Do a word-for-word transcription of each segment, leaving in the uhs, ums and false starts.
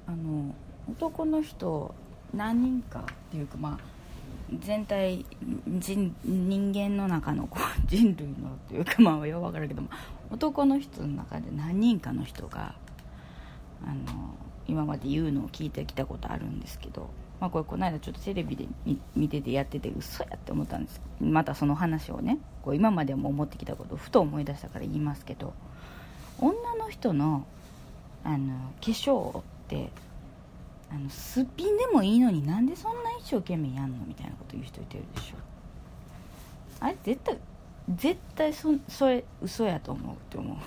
あの男の人何人かっていうか、まあ全体人人間の中のこう人類のっていうか、まあよく分かるけども、男の人の中で何人かの人があの今まで言うのを聞いてきたことあるんですけど、まあ、これこの間ちょっとテレビで 見, 見ててやってて嘘やって思ったんです。またその話をね、こう今までも思ってきたことをふと思い出したから言いますけど、女の人のあの化粧ってあのすっぴんでもいいのになんでそんな一生懸命やんのみたいなこと言う人いてるでしょ。あれ絶対絶対 そ, それ嘘やと思うって思う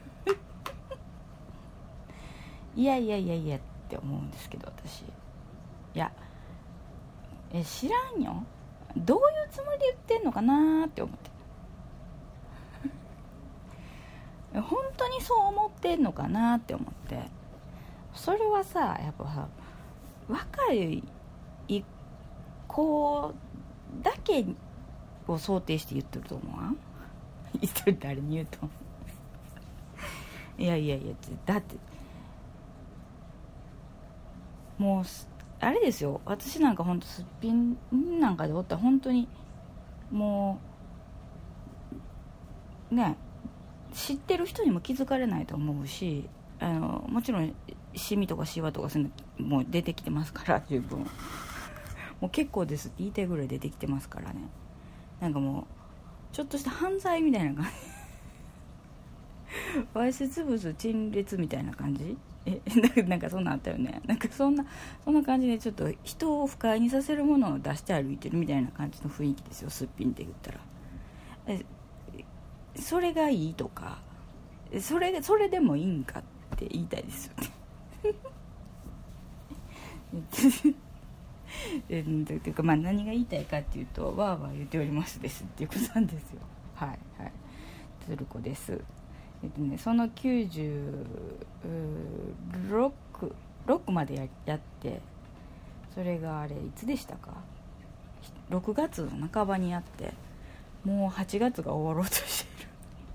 いやいやいやいやって思うんですけど、私いやえ知らんよ、どういうつもりで言ってんのかなって思って本当にそう思ってんのかなって思って、それはさやっぱさ若い子だけを想定して言ってると思わん言ってるって誰に言うといやいやいや、だってもうあれですよ、私なんかほんとすっぴんなんかでおったら本当にもうね、知ってる人にも気づかれないと思うし、あのもちろんシミとかシワとかそういうのもう出てきてますから十分もう結構ですって言いたいぐらい出てきてますからね。なんかもうちょっとした犯罪みたいな感じわいせつ物陳列みたいな感じ、えなんかそんなんあったよね。なんかそんなそんな感じでちょっと人を不快にさせるものを出して歩いてるみたいな感じの雰囲気ですよ、すっぴんって言ったら。えそれがいいとかそれそれでもいいんかって言いたいですよねえというか、まあ何が言いたいかっていうと、わーわー言っておりますですっていうことなんですよ。はいはい、鶴子です。えっとね、そのきゅうじゅうろく、ろくまで や, やってそれがあれいつでしたか、ろくがつの半ばにやって、もうはちがつが終わろうとしている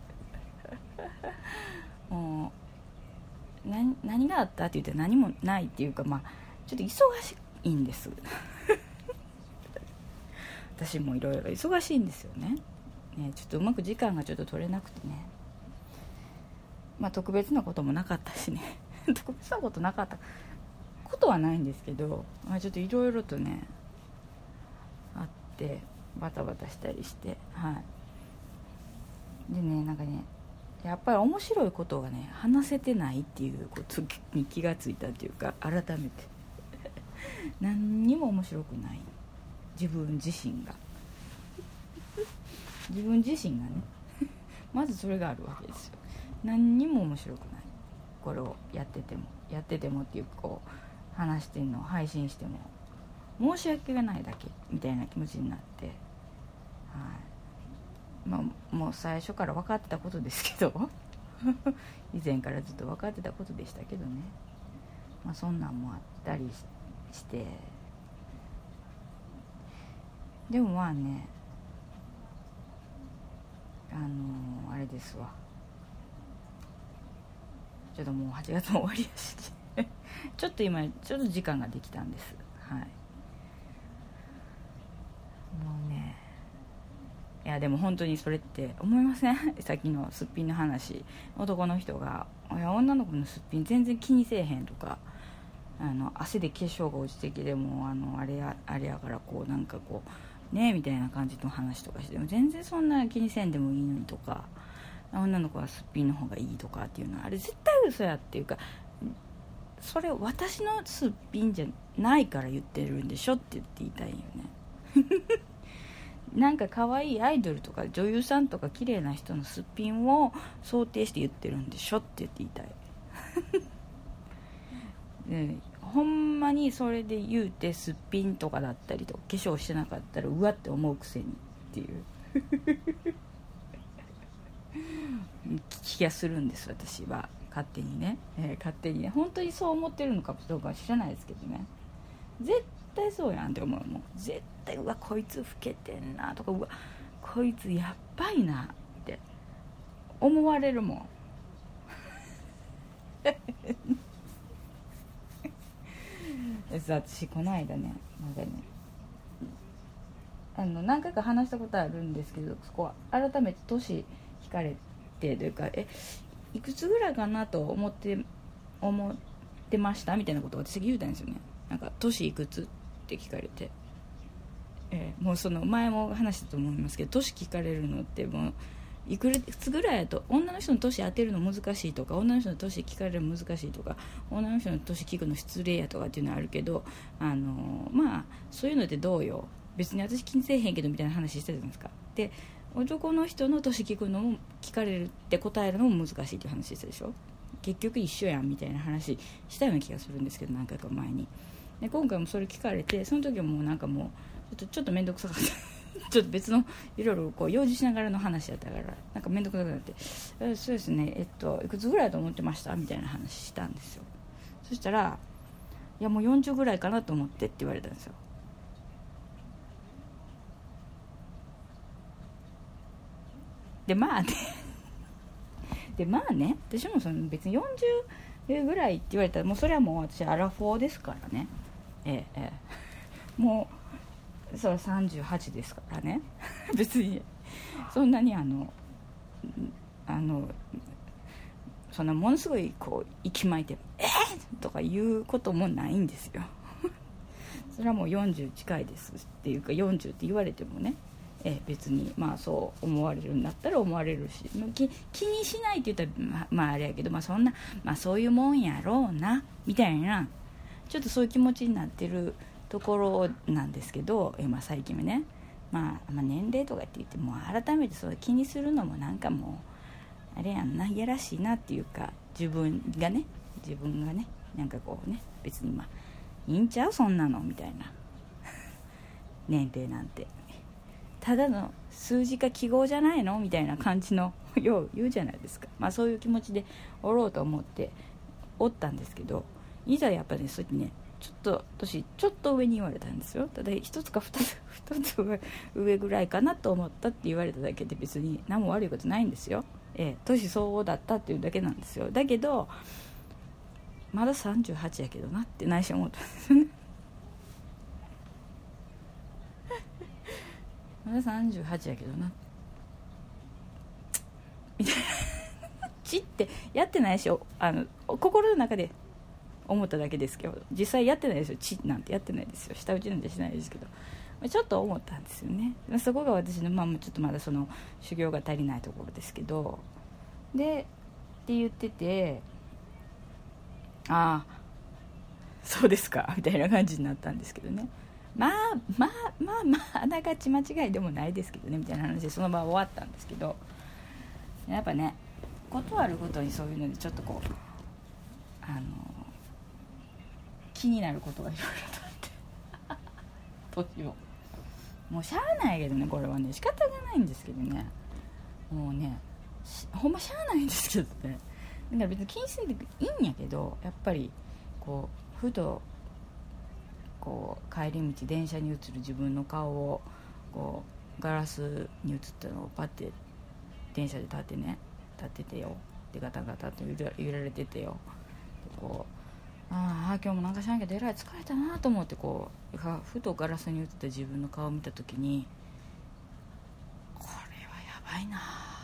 もう 何, 何があったって言って何もないっていうか、まあちょっと忙しいんです私もいろいろ忙しいんですよ ね, ねちょっとうまく時間がちょっと取れなくてね、まあ特別なこともなかったしね特別なことなかったことはないんですけど、まあ、ちょっといろいろとねあってバタバタしたりして、はいでね、なんかねやっぱり面白いことがね話せてないっていうことに気がついたっていうか、改めて何にも面白くない自分自身が自分自身がねまずそれがあるわけですよ。何にも面白くない、これをやっててもやっててもっていうこう話してんのを配信しても申し訳がないだけみたいな気持ちになって、はい、まあもう最初から分かってたことですけど以前からずっと分かってたことでしたけどね、まあそんなんもあったりして、でもまあね、あのー、あれですわ、ちょっともうはちがつも終わりやしちょっと今ちょっと時間ができたんです。はい、もうね、いやでも本当にそれって思いませんさっきのすっぴんの話、男の人がいや女の子のすっぴん全然気にせえへんとか、あの汗で化粧が落ちてきてもあのあれやあれやからこうなんかこうねみたいな感じの話とかしても全然そんな気にせんでもいいのにとか、女の子はすっぴんの方がいいとかっていうのはあれ絶対嘘やっていうか、それ私のすっぴんじゃないから言ってるんでしょって言って言いたいよねなんか可愛いアイドルとか女優さんとか綺麗な人のすっぴんを想定して言ってるんでしょって言って言いたいでほんまにそれで言うてすっぴんとかだったりとか化粧してなかったらうわって思うくせにっていう気がするんです私は勝手にね、えー、勝手にね本当にそう思ってるのかどうかは知らないですけどね、絶対そうやんって思うもん。絶対うわこいつ老けてんなとかうわこいつやっばいなって思われるもん実は私この間ねなんかねあの何回か話したことあるんですけど、そこは改めて年聞かれてというか、えいくつぐらいかなと思って思ってましたみたいなことを私が言うたんですよね。なんか年いくつって聞かれて、えー、もうその前も話したと思いますけど、年聞かれるのってもういくつぐらいやと女の人の年当てるの難しいとか、女の人の年聞かれるの難しいとか、女の人の年聞くの失礼やとかっていうのはあるけど、あのー、まあそういうのってどうよ、別に私気にせえへんけどみたいな話してたじゃないですか。で男の人の年聞くのも聞かれるって答えるのも難しいっていう話してたでしょ。結局一緒やんみたいな話したような気がするんですけど、何回か前に。で今回もそれ聞かれて、その時はもうなんかもうちょっとちょっと面倒くさかったちょっと別のいろいろこう用事しながらの話だったからなんか面倒くさくなって、えそうですね、えっといくつぐらいだと思ってましたみたいな話したんですよ。そしたら、いやもうよんじゅうぐらいかなと思ってって言われたんですよ。でまあねでまあね私もその別によんじゅうぐらいって言われたらもうそれはもう私アラフォーですからね。ええええ、もうそれさんじゅうはちですからね別にそんなにあのあのそんなものすごいこう息巻いてえー、とか言うこともないんですよそれはもうよんじゅう近いですっていうかよんじゅうって言われてもね、え別にまあそう思われるんだったら思われるし、気, 気にしないって言ったら ま, まああれやけど、まあそんなまあそういうもんやろうなみたいなちょっとそういう気持ちになってるところなんですけど、えまあ最近はね、まあ、まあ年齢とかって言っても改めてそう気にするのもなんかもうあれやんな、いやらしいなっていうか、自分がね自分がねなんかこうね別にまあいいんちゃうそんなのみたいな年齢なんてただの数字か記号じゃないのみたいな感じのよう言うじゃないですか。まあそういう気持ちでおろうと思っておったんですけど、いざやっぱり、ね、そうやってねちょっと年ちょっと上に言われたんですよ。ただ一つか二つ二つ上ぐらいかなと思ったって言われただけで別に何も悪いことないんですよ。ええ、年相応だったっていうだけなんですよ。だけどまださんじゅうはちやけどなって内心思ったんですよねまださんじゅうはちやけどなみたいなチってやってないし、あの心の中で思っただけですけど実際やってないですよ。チなんてやってないですよ。舌打ちなんてしないですけどちょっと思ったんですよね。そこが私の、まあ、ちょっとまだその修行が足りないところですけど、でって言ってて、ああそうですかみたいな感じになったんですけどね。まあまあまあまああながち間違いでもないですけどねみたいな話でその場は終わったんですけど、やっぱねことあるごとにそういうのでちょっとこうあの気になることがいろいろとあって年をもうしゃあないけどね、これはね仕方がないんですけどね、もうねほんましゃあないんですけどね。だから別に気にせんでいいんやけど、やっぱりこうふとこう帰り道電車に映る自分の顔をこうガラスに映ったのをパッて電車で立ってね立っててよでガタガタと揺られててよでこうああ今日もなんかしらんけどえらい疲れたなと思ってこうふとガラスに映った自分の顔を見た時にこれはやばいな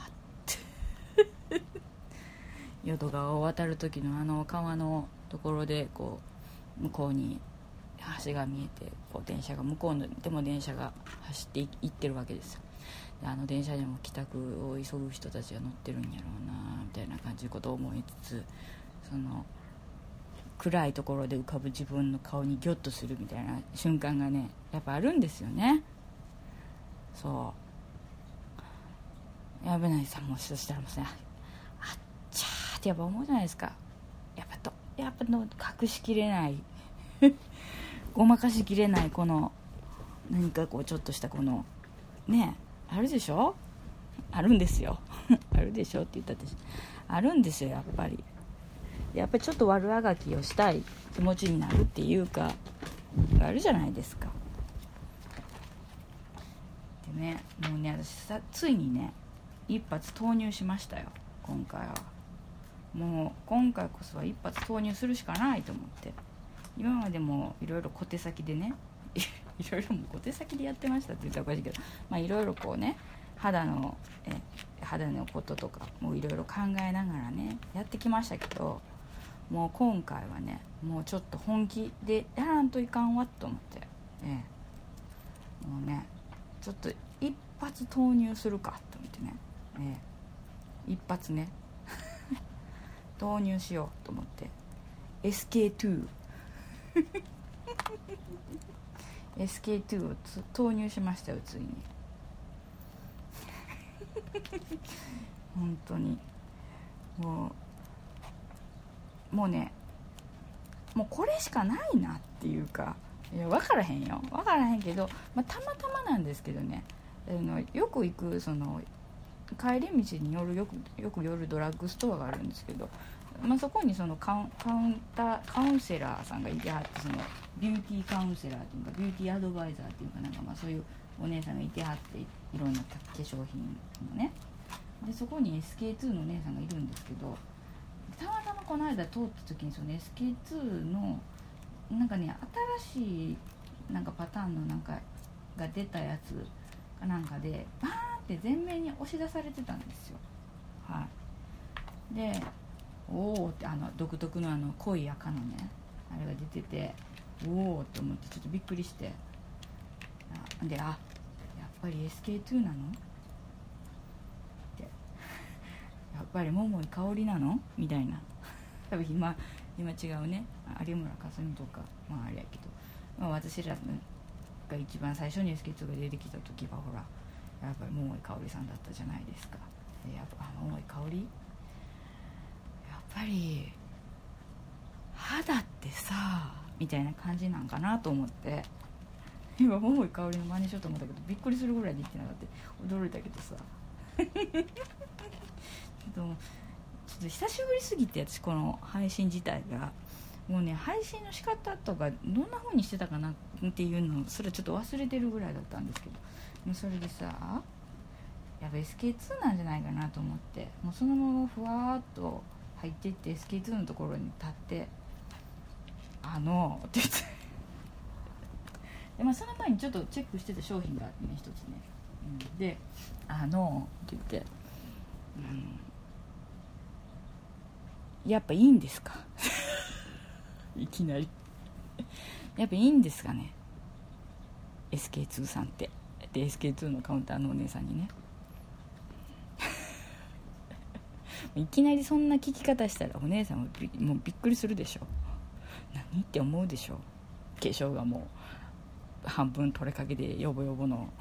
って淀川を渡る時のあの川のところでこう向こうに橋が見えてこう電車が向こうのでも電車が走っていってるわけですよ。であの電車でも帰宅を急ぐ人たちが乗ってるんやろうなみたいな感じのことを思いつつ、その暗いところで浮かぶ自分の顔にギョッとするみたいな瞬間がねやっぱあるんですよね。そうやべないさもうそしたらもうさあっちゃーってやっぱ思うじゃないですか。やっぱとやっぱの隠しきれないごまかしきれないこの何かこうちょっとしたこのねあるでしょ、あるんですよあるでしょって言ったってあるんですよ。やっぱりやっぱりちょっと悪あがきをしたい気持ちになるっていうかあるじゃないですか。でねもうね私さついにね一発投入しましたよ今回は。もう今回こそは一発投入するしかないと思って今までもいろいろ小手先でねいろいろも小手先でやってましたって言ったらおかしいけど、まあいろいろこうね肌のえ肌のこととかもいろいろ考えながらねやってきましたけど、もう今回はねもうちょっと本気でやらんといかんわと思って、ええ、もうねちょっと一発投入するかと思ってね、ええ、一発ね投入しようと思って エスケーツー エスケーツー をつ投入しましたよついに本当にもうもうねもうこれしかないなっていうか、いや分からへんよ分からへんけど、まあ、たまたまなんですけどね、あのよく行くその帰り道によるよくよく寄るドラッグストアがあるんですけど、まあ、そこにそのカウン、カウンターカウンセラーさんがいてはって、そのビューティーカウンセラーっていうかビューティーアドバイザーっていうかなんかまあそういうお姉さんがいてはって、いろんな化粧品のね、でそこに エスケーツー のお姉さんがいるんですけど、たまたまこの間通った時にその エスケーツー のなんかね新しいなんかパターンのなんかが出たやつかなんかでバーンって前面に押し出されてたんですよ。はい。で、おおってあの独特のあの濃い赤のねあれが出てて、おおって思ってちょっとびっくりして、あであやっぱり エスケーツー なのってやっぱり桃井かおりなのみたいな多分今今違うね有村架純とかまああれやけど、まあ、私らが一番最初に エスケーツー が出てきた時はほらやっぱり桃井かおりさんだったじゃないですか。でやっぱ桃井かおりやっぱり肌ってさみたいな感じなんかなと思って、今桃井かおりの真似しようと思ったけどびっくりするぐらいできてなかった驚いたけどさちょっとちょっと久しぶりすぎて、私この配信自体がもうね配信の仕方とかどんな風にしてたかなっていうのそれちょっと忘れてるぐらいだったんですけど、もうそれでさやっぱ エスケーツー なんじゃないかなと思って、もうそのままふわーっと入っていって エスケーツー のところに立ってあのって言ってで、まあ、その前にちょっとチェックしてた商品があってね一つね、うん、であのって言って、うん、やっぱいいんですかいきなりやっぱいいんですかね エスケーツー さんってで エスケーツー のカウンターのお姉さんにねいきなりそんな聞き方したらお姉さんも び, もうびっくりするでしょ。何って思うでしょ。化粧がもう半分取れかけでヨボヨボの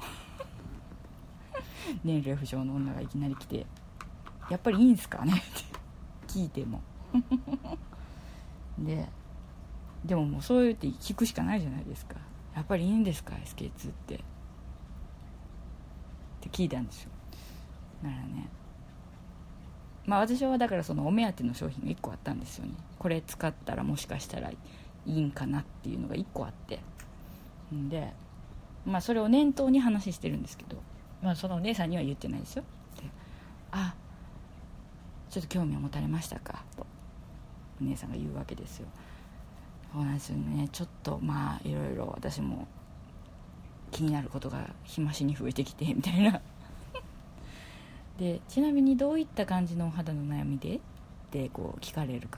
年齢不詳の女がいきなり来てやっぱりいいんすかねって聞いてもででももうそう言って聞くしかないじゃないですか。やっぱりいいんですか エスケーツー ってって聞いたんですよ。だからね、まあ私はだからそのお目当ての商品がいっこあったんですよね。これ使ったらもしかしたらいいんかなっていうのがいっこあって、んでまあそれを念頭に話してるんですけど、まあそのお姉さんには言ってないですよ。で、あ、ちょっと興味を持たれましたかとお姉さんが言うわけですよ。そうなんですよね。ちょっとまあいろいろ私も気になることが日増しに増えてきてみたいなで、ちなみにどういった感じのお肌の悩みでってこう聞かれるから、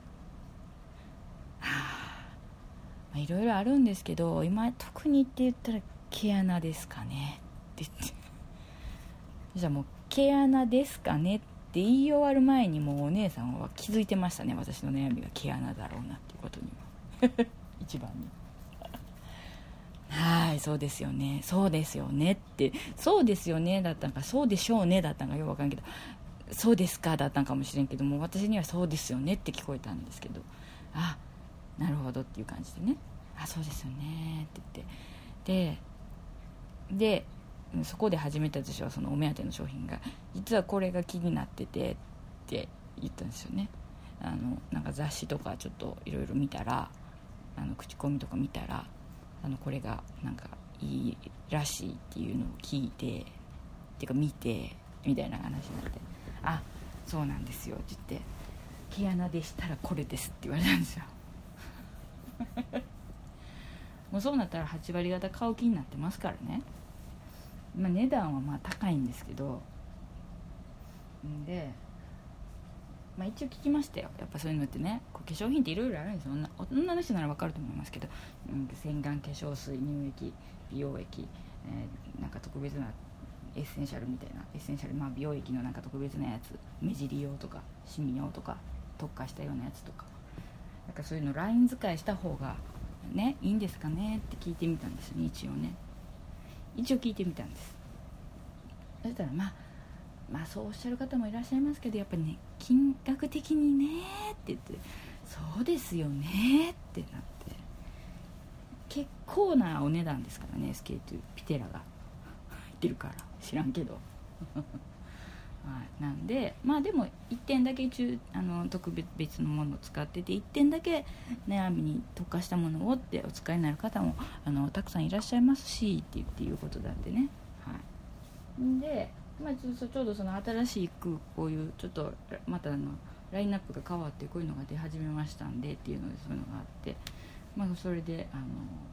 ああいろいろあるんですけど今特にって言ったら毛穴ですかねって言ってじゃあもう毛穴ですかねって言い終わる前にもうお姉さんは気づいてましたね。私の悩みが毛穴だろうなっていうことには一番にはいそうですよねそうですよねってそうですよねだったんかそうでしょうねだったんかよくわかんないけどそうですかだったんかもしれんけども私にはそうですよねって聞こえたんですけど、あなるほどっていう感じでね、あそうですよねって言ってででそこで初めて私はそのお目当ての商品が実はこれが気になっててって言ったんですよね。あのなんか雑誌とかちょっといろいろ見たらあの口コミとか見たらあのこれがなんかいいらしいっていうのを聞いてっていうか見てみたいな話になって、あそうなんですよって言って毛穴でしたらこれですって言われたんですよもうそうなったらはち割方買う気になってますからね。まあ、値段はまあ高いんですけど、んで、まあ、一応聞きましたよ。やっぱそういうのってね、こう化粧品っていろいろあるんですよ。女、女の人なら分かると思いますけど、うん、洗顔、化粧水、乳液、美容液、えー、なんか特別なエッセンシャルみたいなエッセンシャル、まあ、美容液のなんか特別なやつ、目尻用とかシミ用とか特化したようなやつとか、なんかそういうのライン使いした方がねいいんですかねって聞いてみたんですよね。一応ね一応聞いてみたんです。そしたらまあまあそうおっしゃる方もいらっしゃいますけど、やっぱりね金額的にねって言って、そうですよねってなって、結構なお値段ですからね。 エスケーツー ピテラが入ってるから知らんけどはい、なんでまあでもいってんだけ中あの特別のものを使ってて、いってんだけ悩みに特化したものをってお使いになる方もあのたくさんいらっしゃいますしって言っていうことなんでね。はい、で、まあ、ちょ, ちょうどその新しくこういうちょっとまたあのラインナップが変わってこういうのが出始めましたんでっていうので、そういうのがあって、まあ、それであ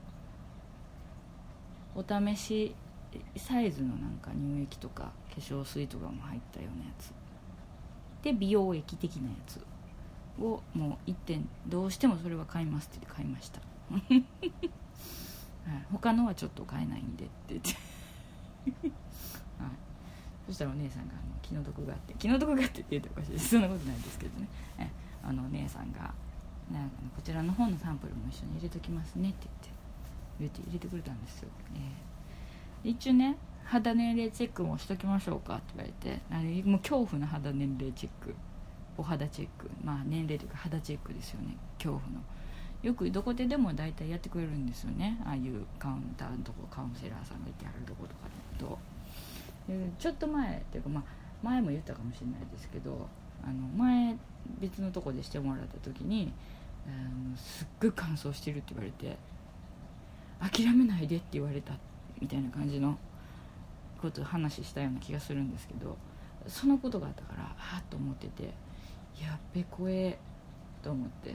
のお試しサイズのなんか乳液とか化粧水とかも入ったようなやつで、美容液的なやつをもういってんどうしてもそれは買いますって言って買いました、はい、他のはちょっと買えないんでって言って、はい、そしたらお姉さんがあの気の毒があって気の毒があってって言っておかしいです、そんなことないですけどね、えあのお姉さんがなんかこちらの方のサンプルも一緒に入れときますねって言って言って入れてくれたんですよ、えー一応ね肌年齢チェックもしときましょうかって言われて、あれもう恐怖の肌年齢チェック、お肌チェック、まあ年齢というか肌チェックですよね。恐怖のよくどこででも大体やってくれるんですよね。ああいうカウンターのとこカウンセラーさんがいてあるとことかだと、ちょっと前っていうか、まあ前も言ったかもしれないですけど、あの前別のとこでしてもらった時に、うん、すっごい乾燥してるって言われて、諦めないでって言われたみたいな感じのことを話したような気がするんですけど、そのことがあったからあっと思ってて、やっべ怖えと思って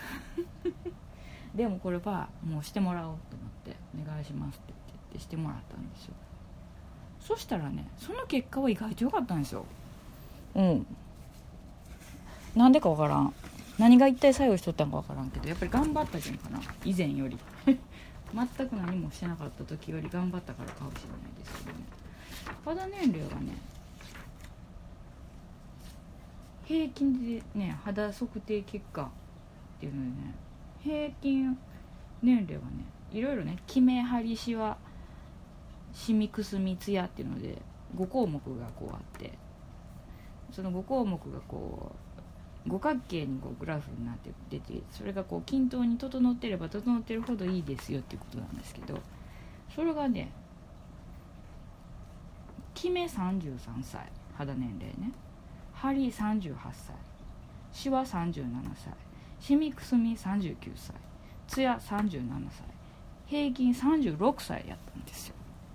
でもこれはもうしてもらおうと思ってお願いしますって言ってしてもらったんですよ。そしたらねその結果は意外と良かったんですよ。うんなんでかわからん、何が一体作用しとったんかわからんけど、やっぱり頑張ったじゃんかな、以前より全く何もしてなかった時より頑張ったからかもしれないですけどね。肌年齢がね平均でね、肌測定結果っていうのでね、平均年齢はねいろいろね、キメ、ハリ、シワ、シミ、くすみ、ツヤっていうのでご項目がこうあって、そのご項目がこう五角形にこうグラフになって出て、それがこう均等に整っていれば整っているほどいいですよっていうことなんですけど、それがねキメさんじゅうさんさい肌年齢ね、ハリさんじゅうはっさい、シワさんじゅうななさい、シミくすみさんじゅうきゅうさい、ツヤさんじゅうななさい、平均さんじゅうろくさいやったんですよ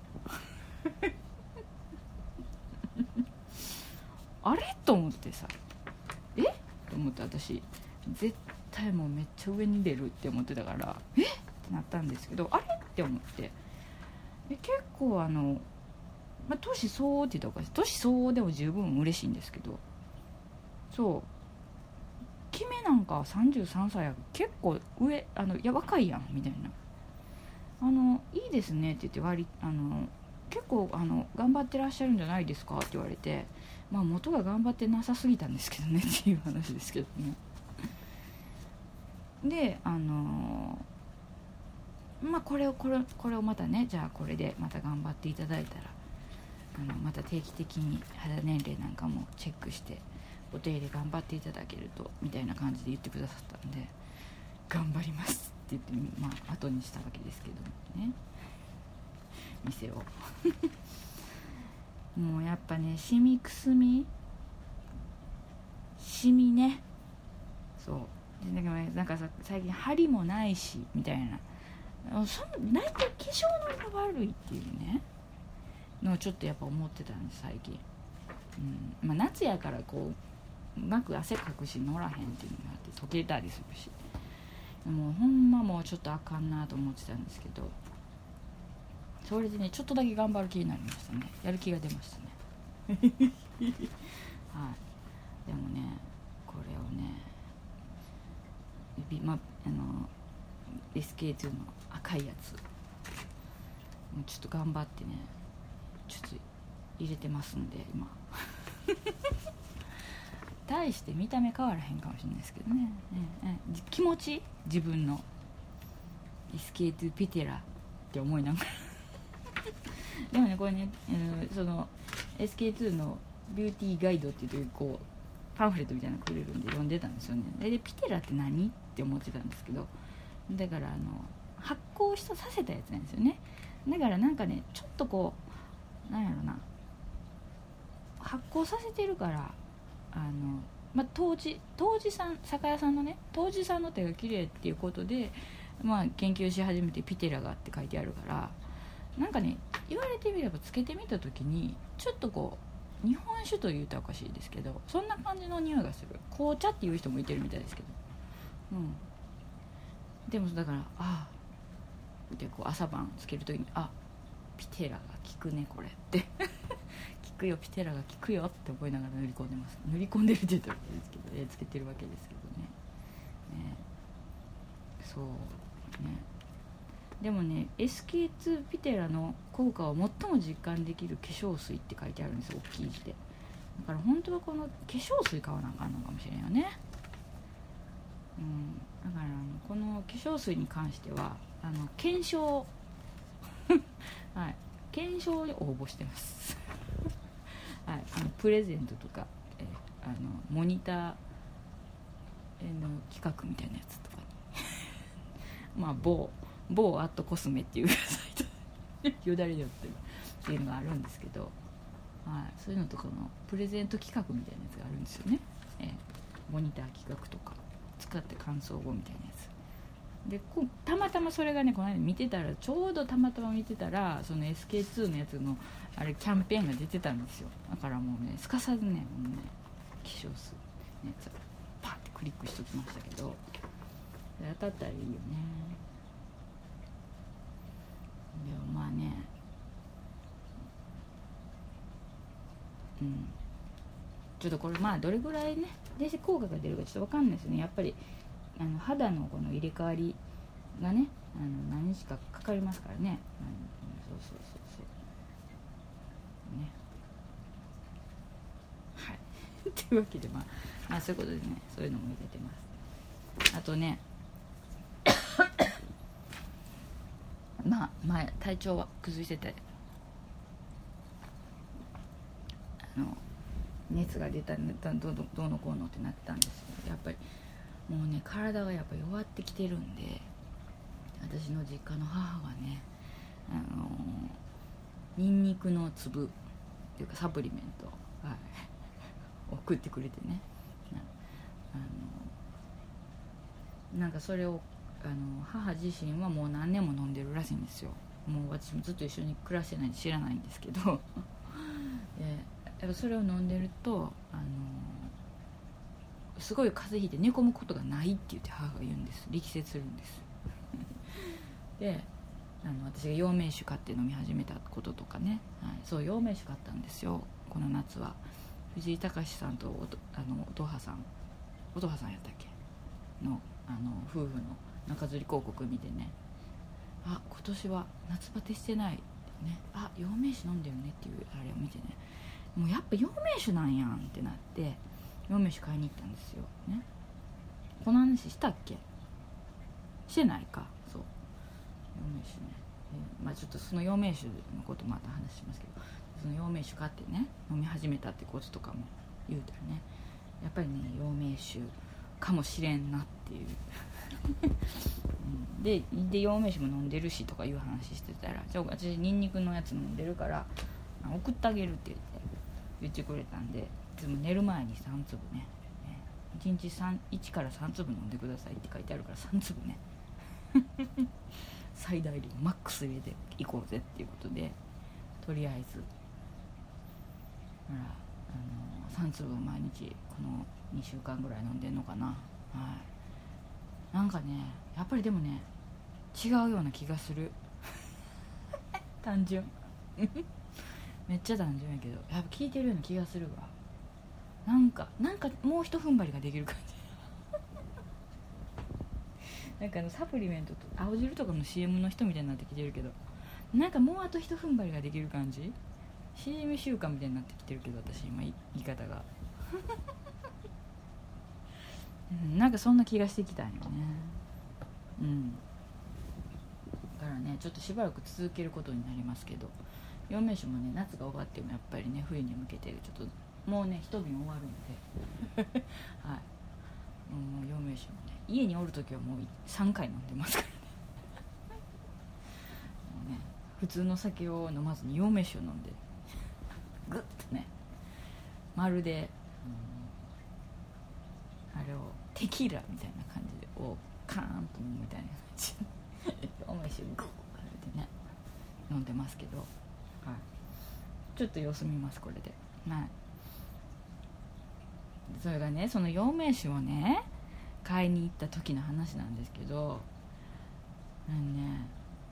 あれと思ってさ、えと思って、私絶対もうめっちゃ上に出るって思ってたから、えってなったんですけど、あれって思って、え結構あの、まあ、年相応って言ったらおかしい、年相応でも十分嬉しいんですけど、そうキメなんかさんじゅうさんさいや結構上、あのいや若いやんみたいな、あのいいですねって言って、割あの結構あの頑張ってらっしゃるんじゃないですかって言われて、まあ元が頑張ってなさすぎたんですけどねっていう話ですけどね。であのまあこれをこれこれをまたね、じゃあこれでまた頑張っていただいたら、あのまた定期的に肌年齢なんかもチェックしてお手入れ頑張っていただけるとみたいな感じで言ってくださったんで、頑張りますって言って、まあ後にしたわけですけどね、店をもうやっぱね、シミくすみシミね、そうでなんかさ、最近針もないしみたいな、そ大体化粧のりが悪いっていうねのをちょっとやっぱ思ってたんです最近、うんまあ、夏やからこううまく汗かくし乗らへんっていうのがあって溶けたりするし、もうほんまはもうちょっとあかんなと思ってたんですけど、それでねちょっとだけ頑張る気になりましたね。やる気が出ましたねはい。でもねこれをねまあの エスケーツー の赤いやつもうちょっと頑張ってねちょっと入れてますんで今大して見た目変わらへんかもしれないですけどね、ええ、気持ち自分の エスケーツー ピテラって思いながらでもねこれね、えー、その エスケーツー のビューティーガイドっていうこうパンフレットみたいなのくれるんで読んでたんですよね。でピテラって何って思ってたんですけど、だからあの発酵したさせたやつなんですよね。だからなんかねちょっとこうなんやろな発酵させてるからあの、まあ、杜氏杜氏さん酒屋さんのね杜氏さんの手が綺麗っていうことで、まあ、研究し始めてピテラがって書いてあるからなんかね言われてみればつけてみた時にちょっとこう日本酒というとおかしいですけどそんな感じの匂いがする。紅茶っていう人もいてるみたいですけど、うん、でもだからああでこう朝晩つける時にあピテラが効くねこれって効くよピテラが効くよって思いながら塗り込んでます。塗り込んでるって言ったらいいですけど、えー、つけてるわけですけどね。ねそうね。でもね エスケーツー ピテラの効果を最も実感できる化粧水って書いてあるんですよ大きい字で。だから本当はこの化粧水買わなあかんのかもしれんよね。うん、だからあのこの化粧水に関してはあの検証はい検証に応募してますはい、あのプレゼントとか、えあのモニターの企画みたいなやつとかにまあ某某アットコスメっていうサイトよだれでやってるっていうのがあるんですけど、はい、そういうのとかのプレゼント企画みたいなやつがあるんですよね、えー、モニター企画とか使って感想語みたいなやつでこたまたまそれがねこの間見てたらちょうどたまたま見てたらその エスケーツー のやつのあれキャンペーンが出てたんですよ。だからもうねすかさずねもうね化粧水のやつパーってクリックしときましたけど当たったらいいよね。でもまあねうんちょっとこれまあどれぐらいね電子効果が出るかちょっと分かんないですよね。やっぱりあの肌のこの入れ替わりがねあの何日かかかりますからね、うん、そうそうそうそうねはいというわけで、まあ、まあそういうことでねそういうのも入れてます。あとねまあ前体調は崩しててあの熱が出たらどうどうのこうのってなってたんですけどやっぱりもうね体がやっぱ弱ってきてるんで私の実家の母がねあのニンニクの粒っていうかサプリメント、はい、送ってくれてねあのなんかそれをあの母自身はもう何年も飲んでるらしいんですよ。もう私もずっと一緒に暮らしてないんで知らないんですけどでやっぱそれを飲んでるとあのすごい風邪ひいて寝込むことがないって言って母が言うんです。力説するんですであの私が陽明酒買って飲み始めたこととかね、はい、そう陽明酒買ったんですよこの夏は。藤井隆さんとおとあの音羽さん音羽さんやったっけのあの夫婦の中吊り広告見てねあ今年は夏バテしてないってねあ陽明酒飲んでるねっていうあれを見てねもうやっぱ陽明酒なんやんってなって陽明酒買いに行ったんですよね。この話したっけしてないか。そう陽明酒ね、えー、まあちょっとその陽明酒のことまた話しますけどその陽明酒買ってね飲み始めたってこととかも言うたらねやっぱりね陽明酒かもしれんなっていううん、で, で陽明酒も飲んでるしとかいう話してたらじゃあ私ニンニクのやつ飲んでるから送ってあげるって言って言ってくれたんでいつも寝る前にさん粒ねいちにちいちからさん粒飲んでくださいって書いてあるからさん粒ね最大量マックス入れていこうぜっていうことでとりあえずほらあのさん粒毎日このにしゅうかんぐらい飲んでんのかな。はいなんかねやっぱりでもね違うような気がする単純めっちゃ単純やけどやっぱ聞いてるような気がするわ。なんかなんかもう一踏ん張りができる感じなんかあのサプリメントと青汁とかの シーエム の人みたいになってきてるけど、なんかもうあと一踏ん張りができる感じ、 シーエム 習慣みたいになってきてるけど私今言い方がうん、なんかそんな気がしてきたんよね。うんだからねちょっとしばらく続けることになりますけど、陽明酒もね夏が終わってもやっぱりね冬に向けてちょっともうね一瓶終わるんではいもう陽明酒もね家におるときはもうさんかい飲んでますからねもうね普通の酒を飲まずに陽明酒を飲んでグッとねまるで、うん、あれをテキーラみたいな感じでをカーンと飲むみたいな感じで陽明酒グッってね飲んでますけど、はい、ちょっと様子見ますこれで。はいそれがねその陽明酒をね買いに行った時の話なんですけど、うんね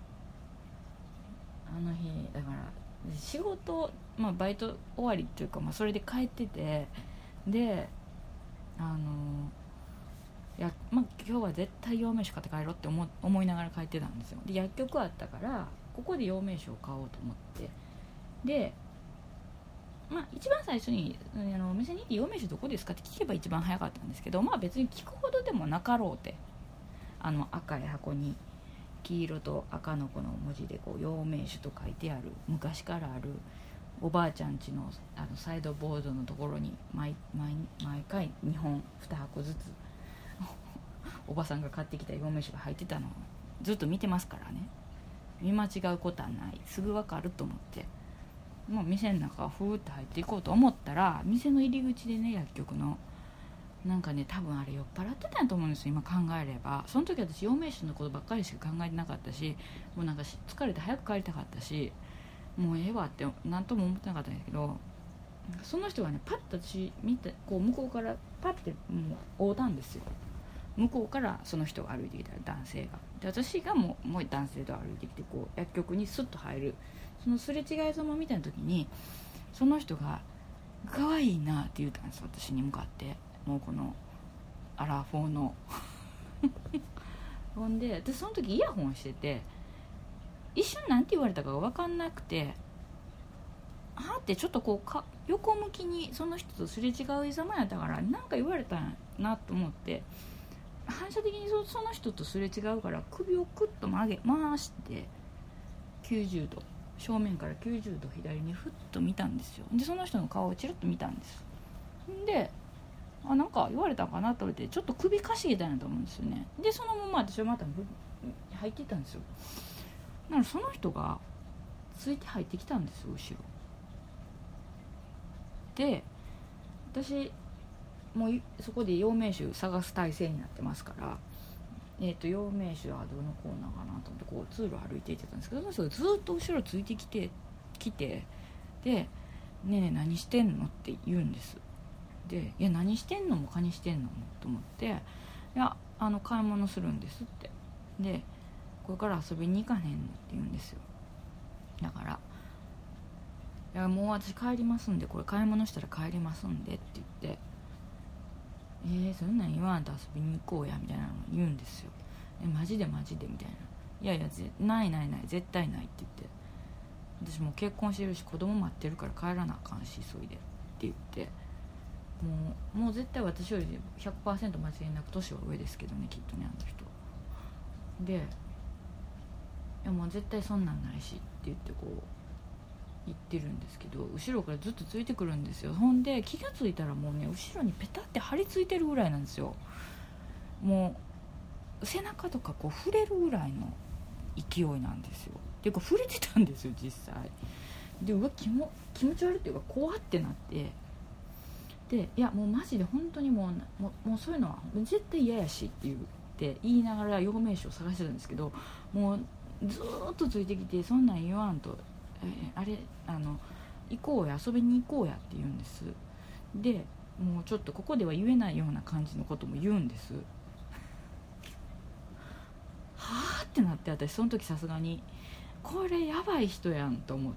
あの日だから仕事、まあ、バイト終わりっていうか、まあ、それで帰っててであのいや、まあ、今日は絶対陽明酒買って帰ろうって思思いながら帰ってたんですよ。で薬局あったからここで陽明酒を買おうと思ってでまあ、一番最初にあのお店に行って陽明酒どこですかって聞けば一番早かったんですけど、まあ別に聞くほどでもなかろうってあの赤い箱に黄色と赤のこの文字でこう陽明酒と書いてある昔からあるおばあちゃん家の、あのサイドボードのところに 毎, 毎, 毎回にほんに箱ずつおばさんが買ってきた陽明酒が入ってたのをずっと見てますからね、見間違うことはないすぐ分かると思ってもう店の中をふーって入っていこうと思ったら店の入り口でね薬局のなんかね多分あれ酔っ払ってたんやと思うんですよ今考えれば。その時私陽明酒のことばっかりしか考えてなかったしもうなんか疲れて早く帰りたかったしもうええわって何とも思ってなかったんだけどその人がねパッと私見てこう向こうからパッてもう会うたんですよ。向こうからその人が歩いてきた男性がで私がもうもう男性と歩いてきてこう薬局にスッと入るそのすれ違いざまみたいな時にその人が可愛いなって言ったんです私に向かって。もうこのアラフォーのほんで私その時イヤホンしてて一瞬なんて言われたかが分かんなくてはってちょっとこうか横向きにその人とすれ違うざまやったからなんか言われたんなと思って反射的に そ, その人とすれ違うから首をクッと曲げ回してきゅうじゅうど正面からきゅうじゅうど左にふっと見たんですよ。でその人の顔をチラッと見たんです。であなんか言われたんかなと思ってちょっと首かしげたんやと思うんですよね。でそのまま私はまた入っていったんですよ。だからその人がついて入ってきたんですよ後ろで私もうそこで陽明酒探す体制になってますから、えー、と陽明酒はどのコーナーかなと思ってこう通路を歩いていってたんですけどその人がずっと後ろついてきてきてでねえねえ何してんのって言うんです。でいや何してんのもカニしてんのもと思っていやあの買い物するんですってでこれから遊びに行かへんのって言うんですよ。だからいやもう私帰りますんでこれ買い物したら帰りますんでって言ってえー、そんなん言わんと遊びに行こうやみたいなの言うんですよ。えマジでマジでみたいないやいやぜないないない絶対ないって言って私もう結婚してるし子供待ってるから帰らなあかんし急いでって言ってもう、もう絶対私より ひゃくパーセント 間違いなく年は上ですけどねきっとねあの人でいやもう絶対そんなんないしって言ってこう言ってるんですけど後ろからずっとついてくるんですよ。ほんで気がついたらもうね後ろにペタって張り付いてるぐらいなんですよ。もう背中とかこう触れるぐらいの勢いなんですよ。っていうか触れてたんですよ実際でうわ気も気持ち悪いっていうか怖ってなってでいやもうマジで本当にもうもう、もうそういうのは絶対嫌やしって言って言いながら陽明酒を探してたんですけどもうずーっとついてきてそんなん言わんとえあれあの行こうや遊びに行こうやって言うんです。でもうちょっとここでは言えないような感じのことも言うんです。 ってなって、私その時さすがにこれやばい人やんと思って、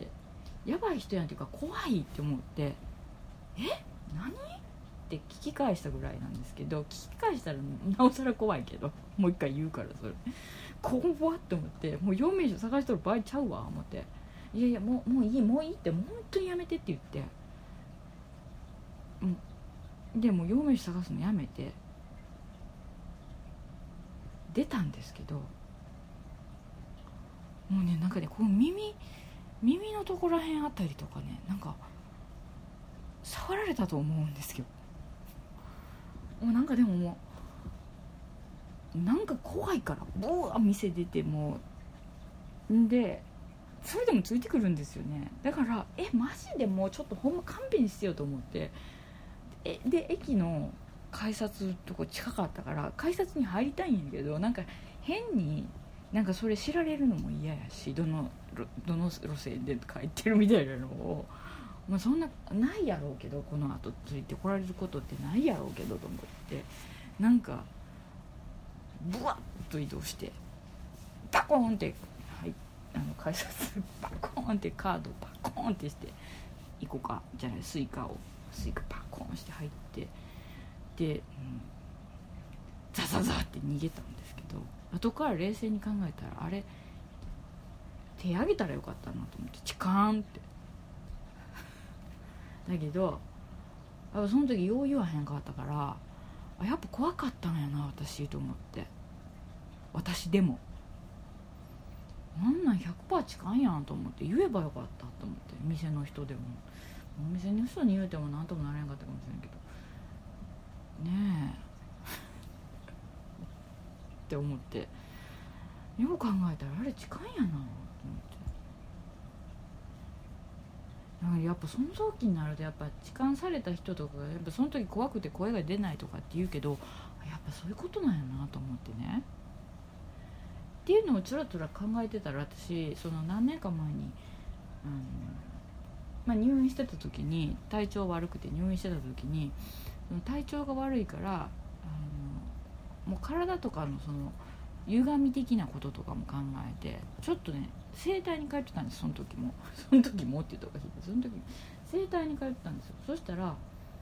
やばい人やんっていうか怖いって思って、え何って聞き返したぐらいなんですけど、聞き返したらなおさら怖いけど、もう一回言うから、それ怖っって思って、もう陽明酒探しとる場合ちゃうわ思って、いやいやもうもういいもういいって本当にやめてって言って、もうでもう陽明酒探すのやめて出たんですけど、もうねなんかねこう耳耳のところらへんあたりとかね、なんか触られたと思うんですよ。もうなんかでももうなんか怖いからボーッ店出て、もんでそれでもついてくるんですよね。だからえマジでもうちょっとほんま勘弁してよと思って、えで駅の改札とこ近かったから改札に入りたいんやけど、なんか変になんかそれ知られるのも嫌やし、どのどの路線で帰ってるみたいなのを、まあ、そんなないやろうけど、この後ついてこられることってないやろうけどと思って、なんかブワッと移動してバコーンって、はい、あの改札バコーンってカードバコーンってして行こうかじゃない、スイカをスイカバコーンして入ってで、うん、ザザザって逃げたんですけど、後から冷静に考えたらあれ手上げたらよかったなと思って、チカーンってだけどやっぱその時よう言わへんかったから、あやっぱ怖かったんやな私と思って、私でもなんなん ひゃくパーセント 痴漢やんと思って言えばよかったと思って、店の人でもお店の人に言うてもなんともなれんかったかもしれんけどねえって思って、よう考えたらあれ痴漢やなと思って、だからやっぱその時になるとやっぱ痴漢された人とかがやっぱその時怖くて声が出ないとかって言うけど、やっぱそういうことなんやなと思ってね、っていうのをつらつら考えてたら、私その何年か前にあの、まあ、入院してた時に体調悪くて入院してた時に、その体調が悪いからあのもう体とかのその歪み的なこととかも考えて、ちょっとね整体に通ってたんです。その時もその時もっていうとこが引いて、その時も整体に通ってたんですよ。そしたら、ね、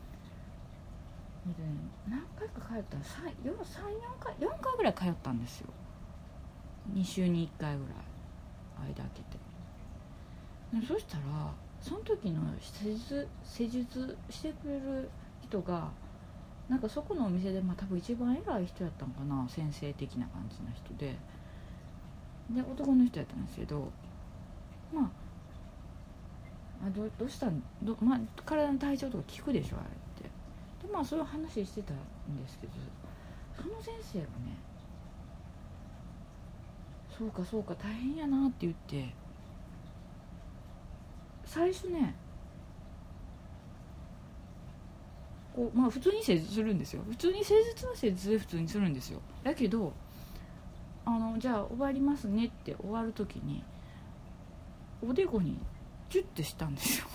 何回か通ったらさん、よん、さん、よんかいよんかいぐらい通ったんですよ。に週にいっかいぐらい間空けて、そしたらその時の施術施術してくれる人がなんかそこのお店で、まあ、多分一番偉い人やったのかな、先生的な感じの人で、で男の人やったんですけど、まああ ど, どうしたんど、まあ、体の体調とか聞くでしょあれって、でまあそういう話してたんですけど、その先生がね、そうかそうか大変やなって言って、最初ねこう、まあ、普通に施術するんですよ。普通に施術は施術で普通にするんですよ。だけどあのじゃあ終わりますねって終わる時におでこにチュッてしたんですよ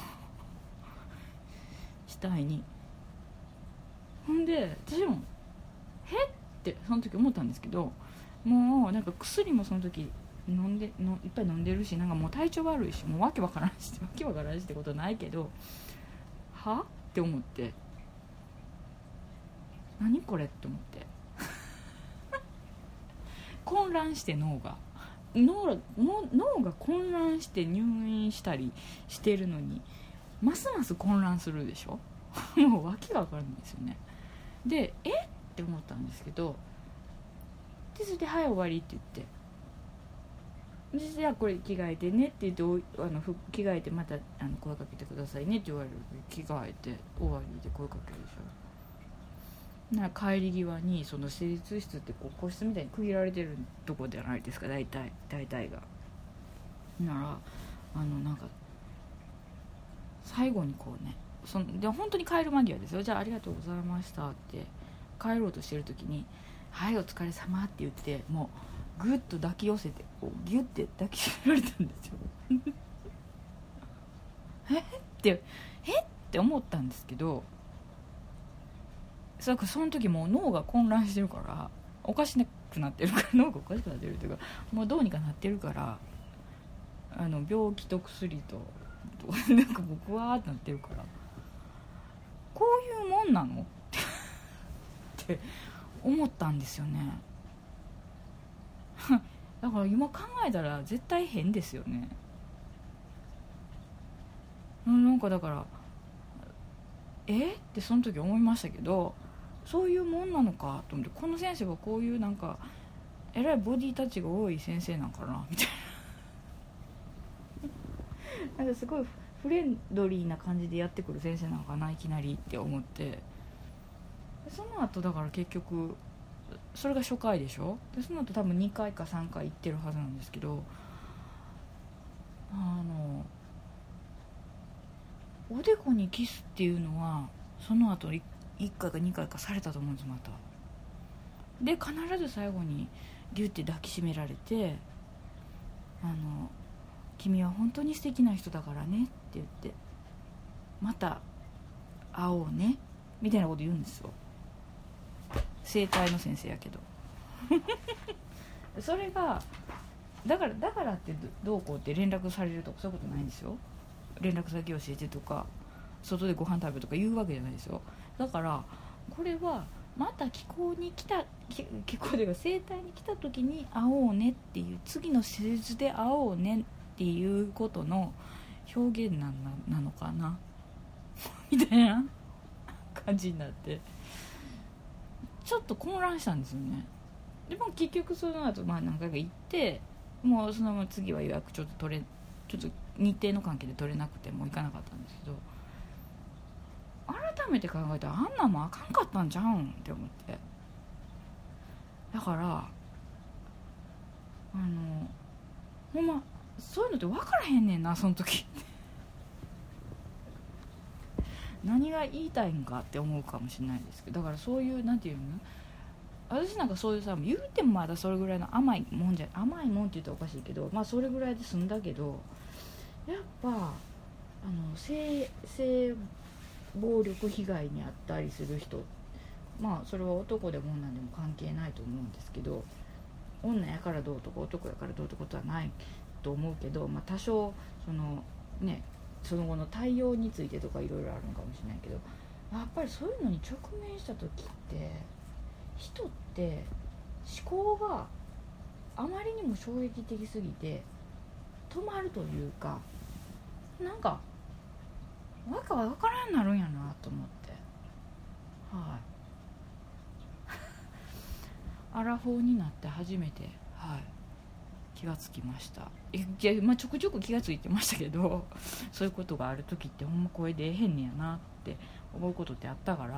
額に。ほんで私もへってその時思ったんですけど、もうなんか薬もその時飲んでのいっぱい飲んでるし、なんかもう体調悪いし、もうわけわからんしわけわからんしってことないけど、はって思って、何これって思って混乱して脳が脳脳が混乱して入院したりしてるのにますます混乱するでしょもう訳が分からないんですよね。でえって思ったんですけど、でそれではい終わりって言って、でじゃあこれ着替えてねって言って、あの着替えてまたあの声かけてくださいねって言われる。着替えて終わりで声かけるでしょ。な帰り際にその施術室ってこう個室みたいに区切られてるとこじゃないですか、大体大体が。ならあのなんか最後にこうね、そので本当に帰る間際ですよ。じゃあありがとうございましたって帰ろうとしてる時に、はいお疲れ様って言ってもうグッと抱き寄せてこうギュッて抱きしめられたんですよえってえって思ったんですけど、その時もう脳が混乱してるからおかしくなってるから脳がおかしくなってるというか、もうどうにかなってるから、あの病気と薬となんか僕はってなってるから、こういうもんなのって思ったんですよねだから今考えたら絶対変ですよね。なんかだからえってその時思いましたけど、そういうもんなのかと思って、この先生はこういうなんかえらいボディタッチが多い先生なんかなみたいななんかすごいフレンドリーな感じでやってくる先生なのかないきなりって思って、その後だから結局それが初回でしょ。でその後多分にかいかさんかい行ってるはずなんですけど、あのおでこにキスっていうのはその後いっかいかにかいかされたと思うんです。またで必ず最後にギュッて抱きしめられて、あの君は本当に素敵な人だからねって言って、また会おうねみたいなこと言うんですよ。整体の先生やけどそれがだからだからってどうこうって連絡されるとかそういうことないんですよ。連絡先教えてとか外でご飯食べとか言うわけじゃないですよ。だからこれはまた気候に来た気候では整体に来た時に会おうねっていう、次の施術で会おうねっていうことの表現なんな、なのかなみたいな感じになって、ちょっと混乱したんですよね。でも結局その後まあ何回か行って、もうそのまま次は予約ちょっと取れちょっと日程の関係で取れなくてもう行かなかったんですけど、改めて考えたらあんなんもあかんかったんじゃうんって思って、だからあのほんまそういうのって分からへんねんな、その時何が言いたいんかって思うかもしれないですけど、だからそういうなんていうの、私なんかそういうさ、言うてもまだそれぐらいの甘いもんじゃ、甘いもんって言ったらおかしいけど、まあそれぐらいで済んだけど、やっぱあの 性, 性暴力被害に遭ったりする人、まあそれは男でも女でも関係ないと思うんですけど、女やからどうとか男やからどうってことはないと思うけど、まあ多少そのねその後の対応についてとかいろいろあるのかもしれないけど、やっぱりそういうのに直面した時って人って思考があまりにも衝撃的すぎて止まるというか、なんかわけわからんなるんやなと思って、はいアラフォーになって初めて、はい、気がつきました。いや、まあ、ちょくちょく気がついてましたけどそういうことがある時ってほんま声出えへんねやなって思うことってあったから、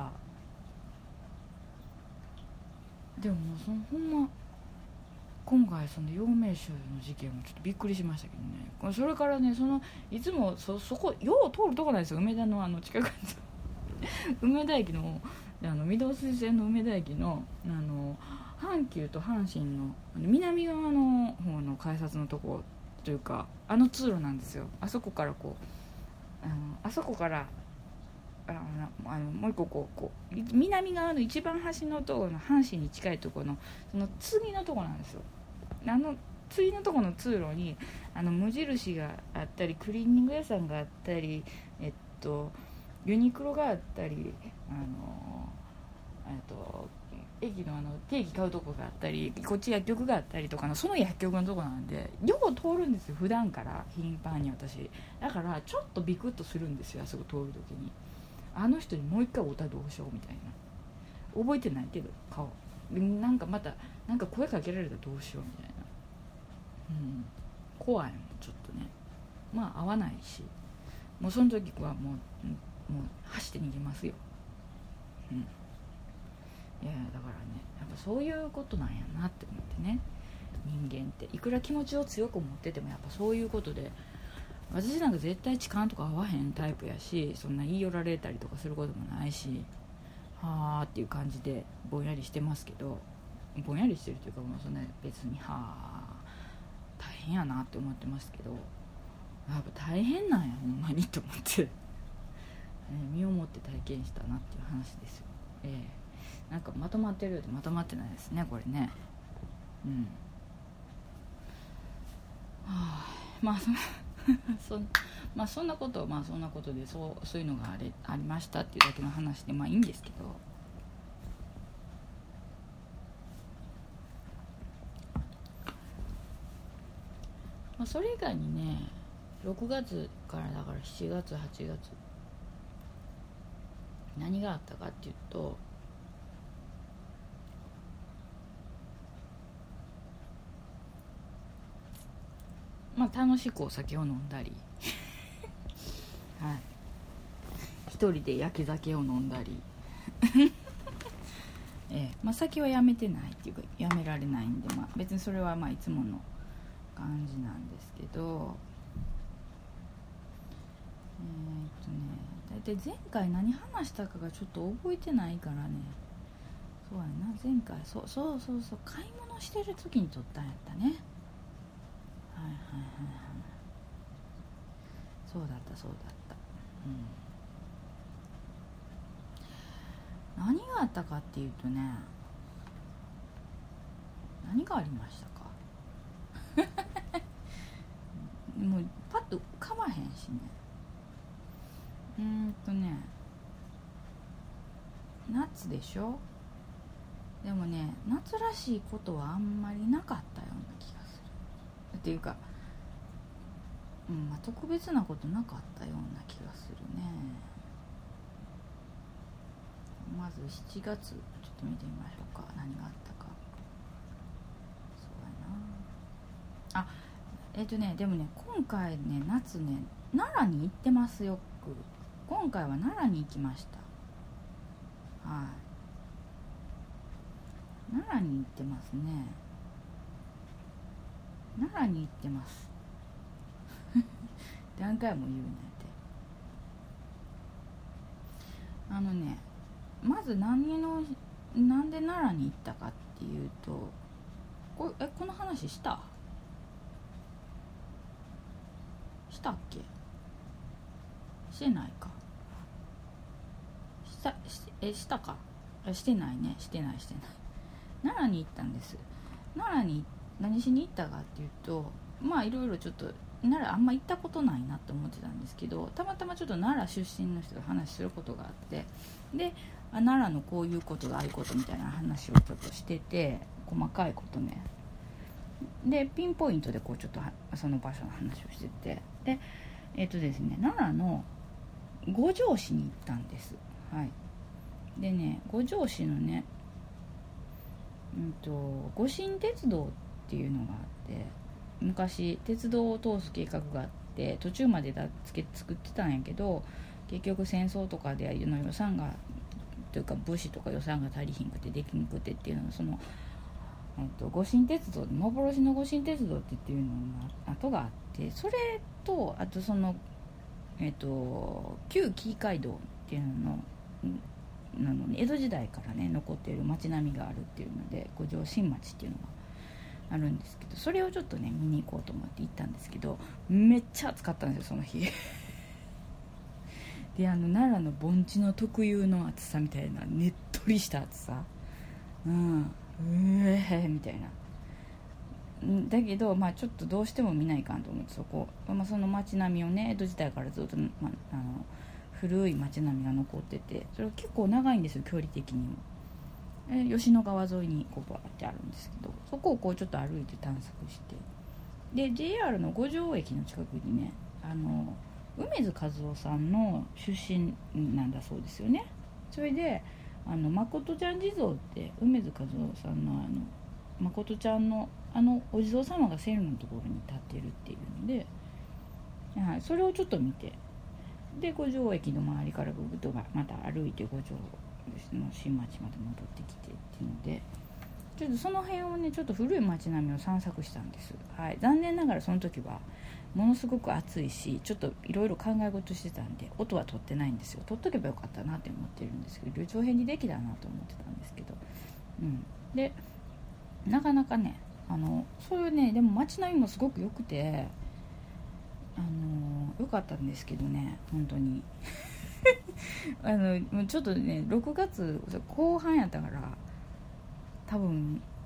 でもそのほんま今回その陽明酒の事件もちょっとびっくりしましたけどね。それからね、そのいつも そ, そこよう通るとこなんですよ、梅田のあの近くに梅田駅のあの御堂筋線の梅田駅のあの阪急と阪神の南側の方の改札のとこというか、あの通路なんですよ。あそこからこう あ, のあそこからあのあのもう一個こうこう南側の一番端のところの阪神に近いところのその次のところなんですよ。あの次のところの通路にあの無印があったり、クリーニング屋さんがあったり、えっとユニクロがあったり、あのえっと駅のあの定期買うとこがあったり、こっち薬局があったりとかの、その薬局のとこなんでよく通るんですよ、普段から頻繁に。私だからちょっとビクッとするんですよ、あそこ通るときに。あの人にもう一回会うたらどうしようみたいな、覚えてないけど顔なんかまたなんか声かけられたらどうしようみたいな、うん、怖いもんちょっとね。まあ会わないし、もうその時はもう、もう走って逃げますよ、うん。いやだからね、やっぱそういうことなんやなって思ってね。人間っていくら気持ちを強く持っててもやっぱそういうことで、私なんか絶対痴漢とか合わへんタイプやし、そんな言い寄られたりとかすることもないし、はーっていう感じでぼんやりしてますけど、ぼんやりしてるというか、もうそんな別にはー大変やなって思ってますけど、やっぱ大変なんやほんまにと思って、えー、身をもって体験したなっていう話ですよ。えー、なんかまとまってるようでまとまってないですねこれね。 うんはあ、まあそそまあそんなことまあそんなことでそうそういうのがあれありましたっていうだけの話でまあいいんですけど、まあ、それ以外にねろくがつからだからしちがつはちがつ何があったかっていうと、まあ楽しくお酒を飲んだりはい一人で焼き酒を飲んだりええまあ、酒はやめてないっていうかやめられないんで、まあ、別にそれはまあいつもの感じなんですけど、えー、っとねだいたい前回何話したかがちょっと覚えてないからね。そうやな前回そうそうそうそう買い物してる時に撮ったんやったね。はいはいはいはいそうだったそうだった、うん、何があったかっていうとね何がありましたかもうパッと浮かばへんしね。うーんとね夏でしょ。でもね夏らしいことはあんまりなかったような気がするっていうか、うんまあ、特別なことなかったような気がするね。まずしちがつちょっと見てみましょうか何があったか。そうやなあえっ、ー、とねでもね今回ね夏ね奈良に行ってますよく。今回は奈良に行きました。はい奈良に行ってますね。奈良に行ってます何回も言うねってあのねまず何のなんで奈良に行ったかっていうとこれえこの話したしたっけしてないかしたしえしたかしてないねしてないしてない奈良に行ったんです。奈良に何しに行ったかっていうとまあいろいろちょっと奈良あんま行ったことないなって思ってたんですけどたまたまちょっと奈良出身の人と話することがあってで奈良のこういうことがああいうことみたいな話をちょっとしてて細かいことねでピンポイントでこうちょっとその場所の話をしててでえっ、ー、とですね奈良の五條市に行ったんです。はいでね五条市のねうんと五神鉄道っていうのがあって昔鉄道を通す計画があって途中までだつけ作ってたんやけど結局戦争とかでの予算がというか物資とか予算が足りひんくてできんくてっていうのがその、えっと、五神鉄道幻の五神鉄道ってっていうのが後があってそれとあとその、えっと、旧紀伊街道っていうののなのに江戸時代からね残っている町並みがあるっていうので五条新町っていうのがあるんですけどそれをちょっとね見に行こうと思って行ったんですけどめっちゃ暑かったんですよその日であの奈良の盆地の特有の暑さみたいなねっとりした暑さうんうえーみたいなだけど、まあ、ちょっとどうしても見ないかんと思ってそこ、まあ、その町並みをね江戸時代からずっと、まあ、あの古い町並みが残っててそれ結構長いんですよ距離的にもえ吉野川沿いにこうバーってあるんですけどそこをこうちょっと歩いて探索してで ジェイアール の五条駅の近くにねあの梅津和夫さんの出身なんだそうですよね。それであのまことちゃん地蔵って梅津和夫さんのあのまことちゃんのあのお地蔵様が線路のところに立ってるっていうので、はい、それをちょっと見てで五条駅の周りからぐぐっとまた歩いて五条の新町まで戻ってきてっていうのでちょっとその辺をねちょっと古い町並みを散策したんです、はい、残念ながらその時はものすごく暑いしちょっといろいろ考え事してたんで音は取ってないんですよ。取っとけばよかったなって思ってるんですけど上辺にできたなと思ってたんですけど、うん、でなかなかねあのそういうねでも街並みもすごく良くてあの良かったんですけどね本当にあのちょっとねろくがつ後半やったから多分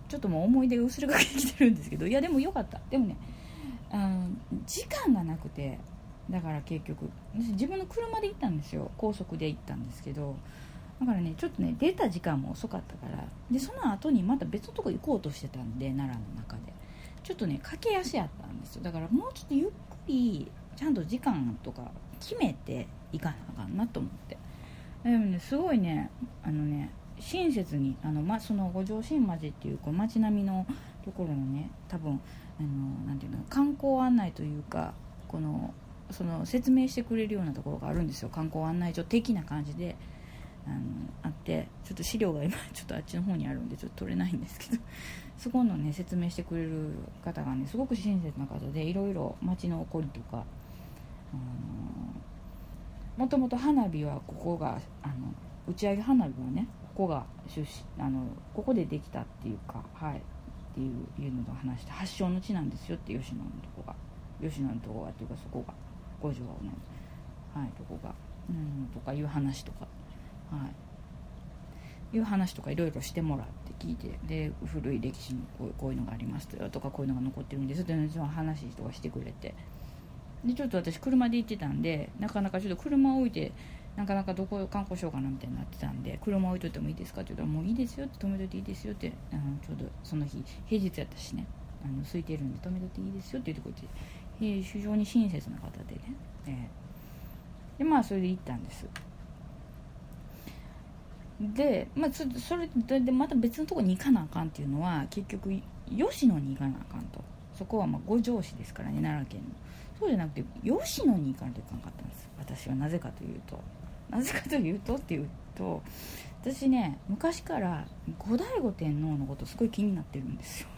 ちょっともう思い出が薄れかけてきてるんですけど、いやでもよかった。でもね、あの時間がなくて、だから結局私自分の車で行ったんですよ。高速で行ったんですけど、だからねちょっとね出た時間も遅かったから、でその後にまた別のとこ行こうとしてたんで、奈良の中でちょっとね駆け足やったんですよ。だからもうちょっとゆっくりちゃんと時間とか決めて行かなあかんなと思って。でもねすごいね、あのね親切にあの、ま、その五条新町っていうこう街並みのところのね、多分あのなんていうの、観光案内というか、このその説明してくれるようなところがあるんですよ。観光案内所的な感じであのあって、ちょっと資料が今ちょっとあっちの方にあるんでちょっと取れないんですけど、そこのね説明してくれる方がねすごく親切な方で、いろいろ街の起こりとか、もともと花火はここがあの打ち上げ花火はねここが出身、あのここでできたっていうか、はいっていういうのを話して、発祥の地なんですよって、吉野のとこが吉野のとこがっていうか、そこが五条のはいとこがうんとかいう話とか、はいいう話とかいろいろしてもらって聞いて、で古い歴史にこうこういうのがありますとか、こういうのが残ってるんですっていうのを話とかしてくれて、でちょっと私車で行ってたんで、なかなかちょっと車を置いてなかなかどこ観光しようかなみたいになってたんで、車置いといてもいいですかって言ったら、もういいですよって、止めといていいですよって、あのちょうどその日平日やったしね、あの空いてるんで止めといていいですよって言ってくれて、えー、非常に親切な方でね、えー、でまあそれで行ったんです。で、まあ、それでまた別のところに行かなあかんっていうのは、結局吉野に行かなあかんと。そこはまあ五条市ですからね、奈良県の。そうじゃなくて吉野に行かなきゃいかんかったんです、私は。なぜかというとなぜかというとっていうと私ね、昔から後醍醐天皇のことすごい気になってるんですよ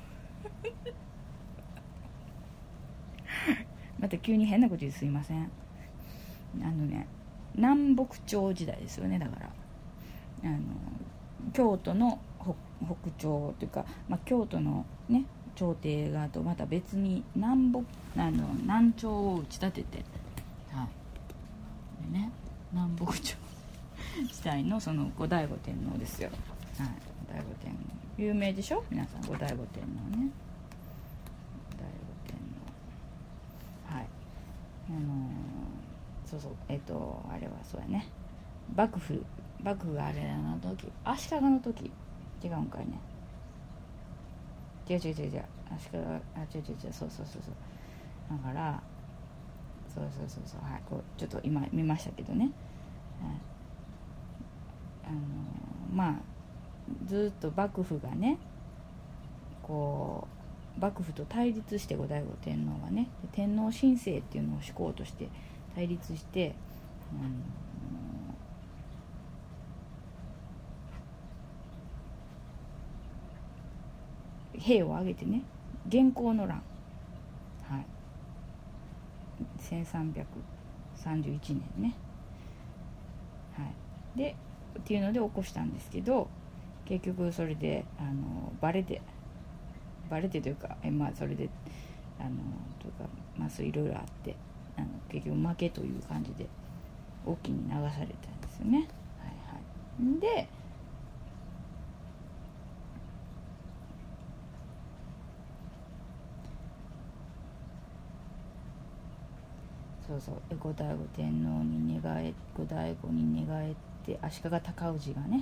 また急に変なこと言ってすいません。あのね南北朝時代ですよね。だからあの京都の 北, 北朝というか、まあ、京都のね朝廷がとまた別に南北あの南朝を打ち立てて、はいでね、南北朝時代のその後醍醐天皇ですよ。はい、後醍醐天皇有名でしょ皆さん。後醍醐天皇ね、後醍醐天皇、はい、あのー、そうそう、えっとあれはそうやね、幕府幕府があれの時、足利の時違うんかいね、違う違う違う違う、足利、あ違う違う違う、そうそうそうそう、だからそうそうそうそう、はい、こうちょっと今見ましたけどね、はい、あのまあずっと幕府がねこう幕府と対立して、後醍醐天皇がね天皇新政っていうのを敷こうとして対立して、あの兵を挙げてね、元寇の乱、はい、せんさんびゃくさんじゅういちねんね、はい、でっていうので起こしたんですけど、結局それであのバレてバレてというか、えまあそれであのというか、まあそういろいろあって、あの結局負けという感じで沖に流されたんですよね。はいはい。でそうそう、後醍醐天皇に寝返後醍醐に寝返って足利尊氏がね、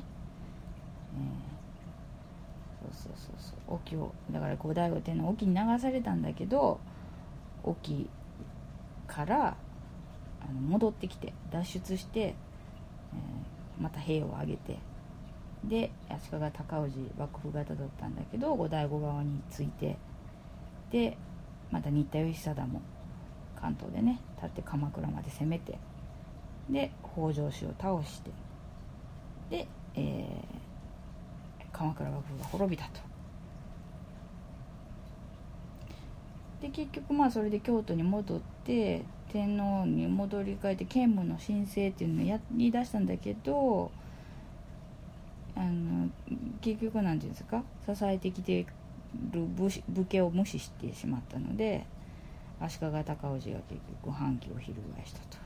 えー、そうそうそうそう沖をだから後醍醐天皇沖に流されたんだけど、沖からあの戻ってきて脱出して、えー、また兵を挙げて、で足利尊氏幕府方だったんだけど後醍醐側について、でまた新田義貞も関東でね立って鎌倉まで攻めて、で北条氏を倒して、で、えー、鎌倉幕府が滅びたと。で結局まあそれで京都に戻って天皇に戻り帰って兼務の申請っていうのをやり出したんだけど、あの結局なんていうんですか、支えてきている 武, 武家を無視してしまったので、足利尊氏が結局反旗を翻したと。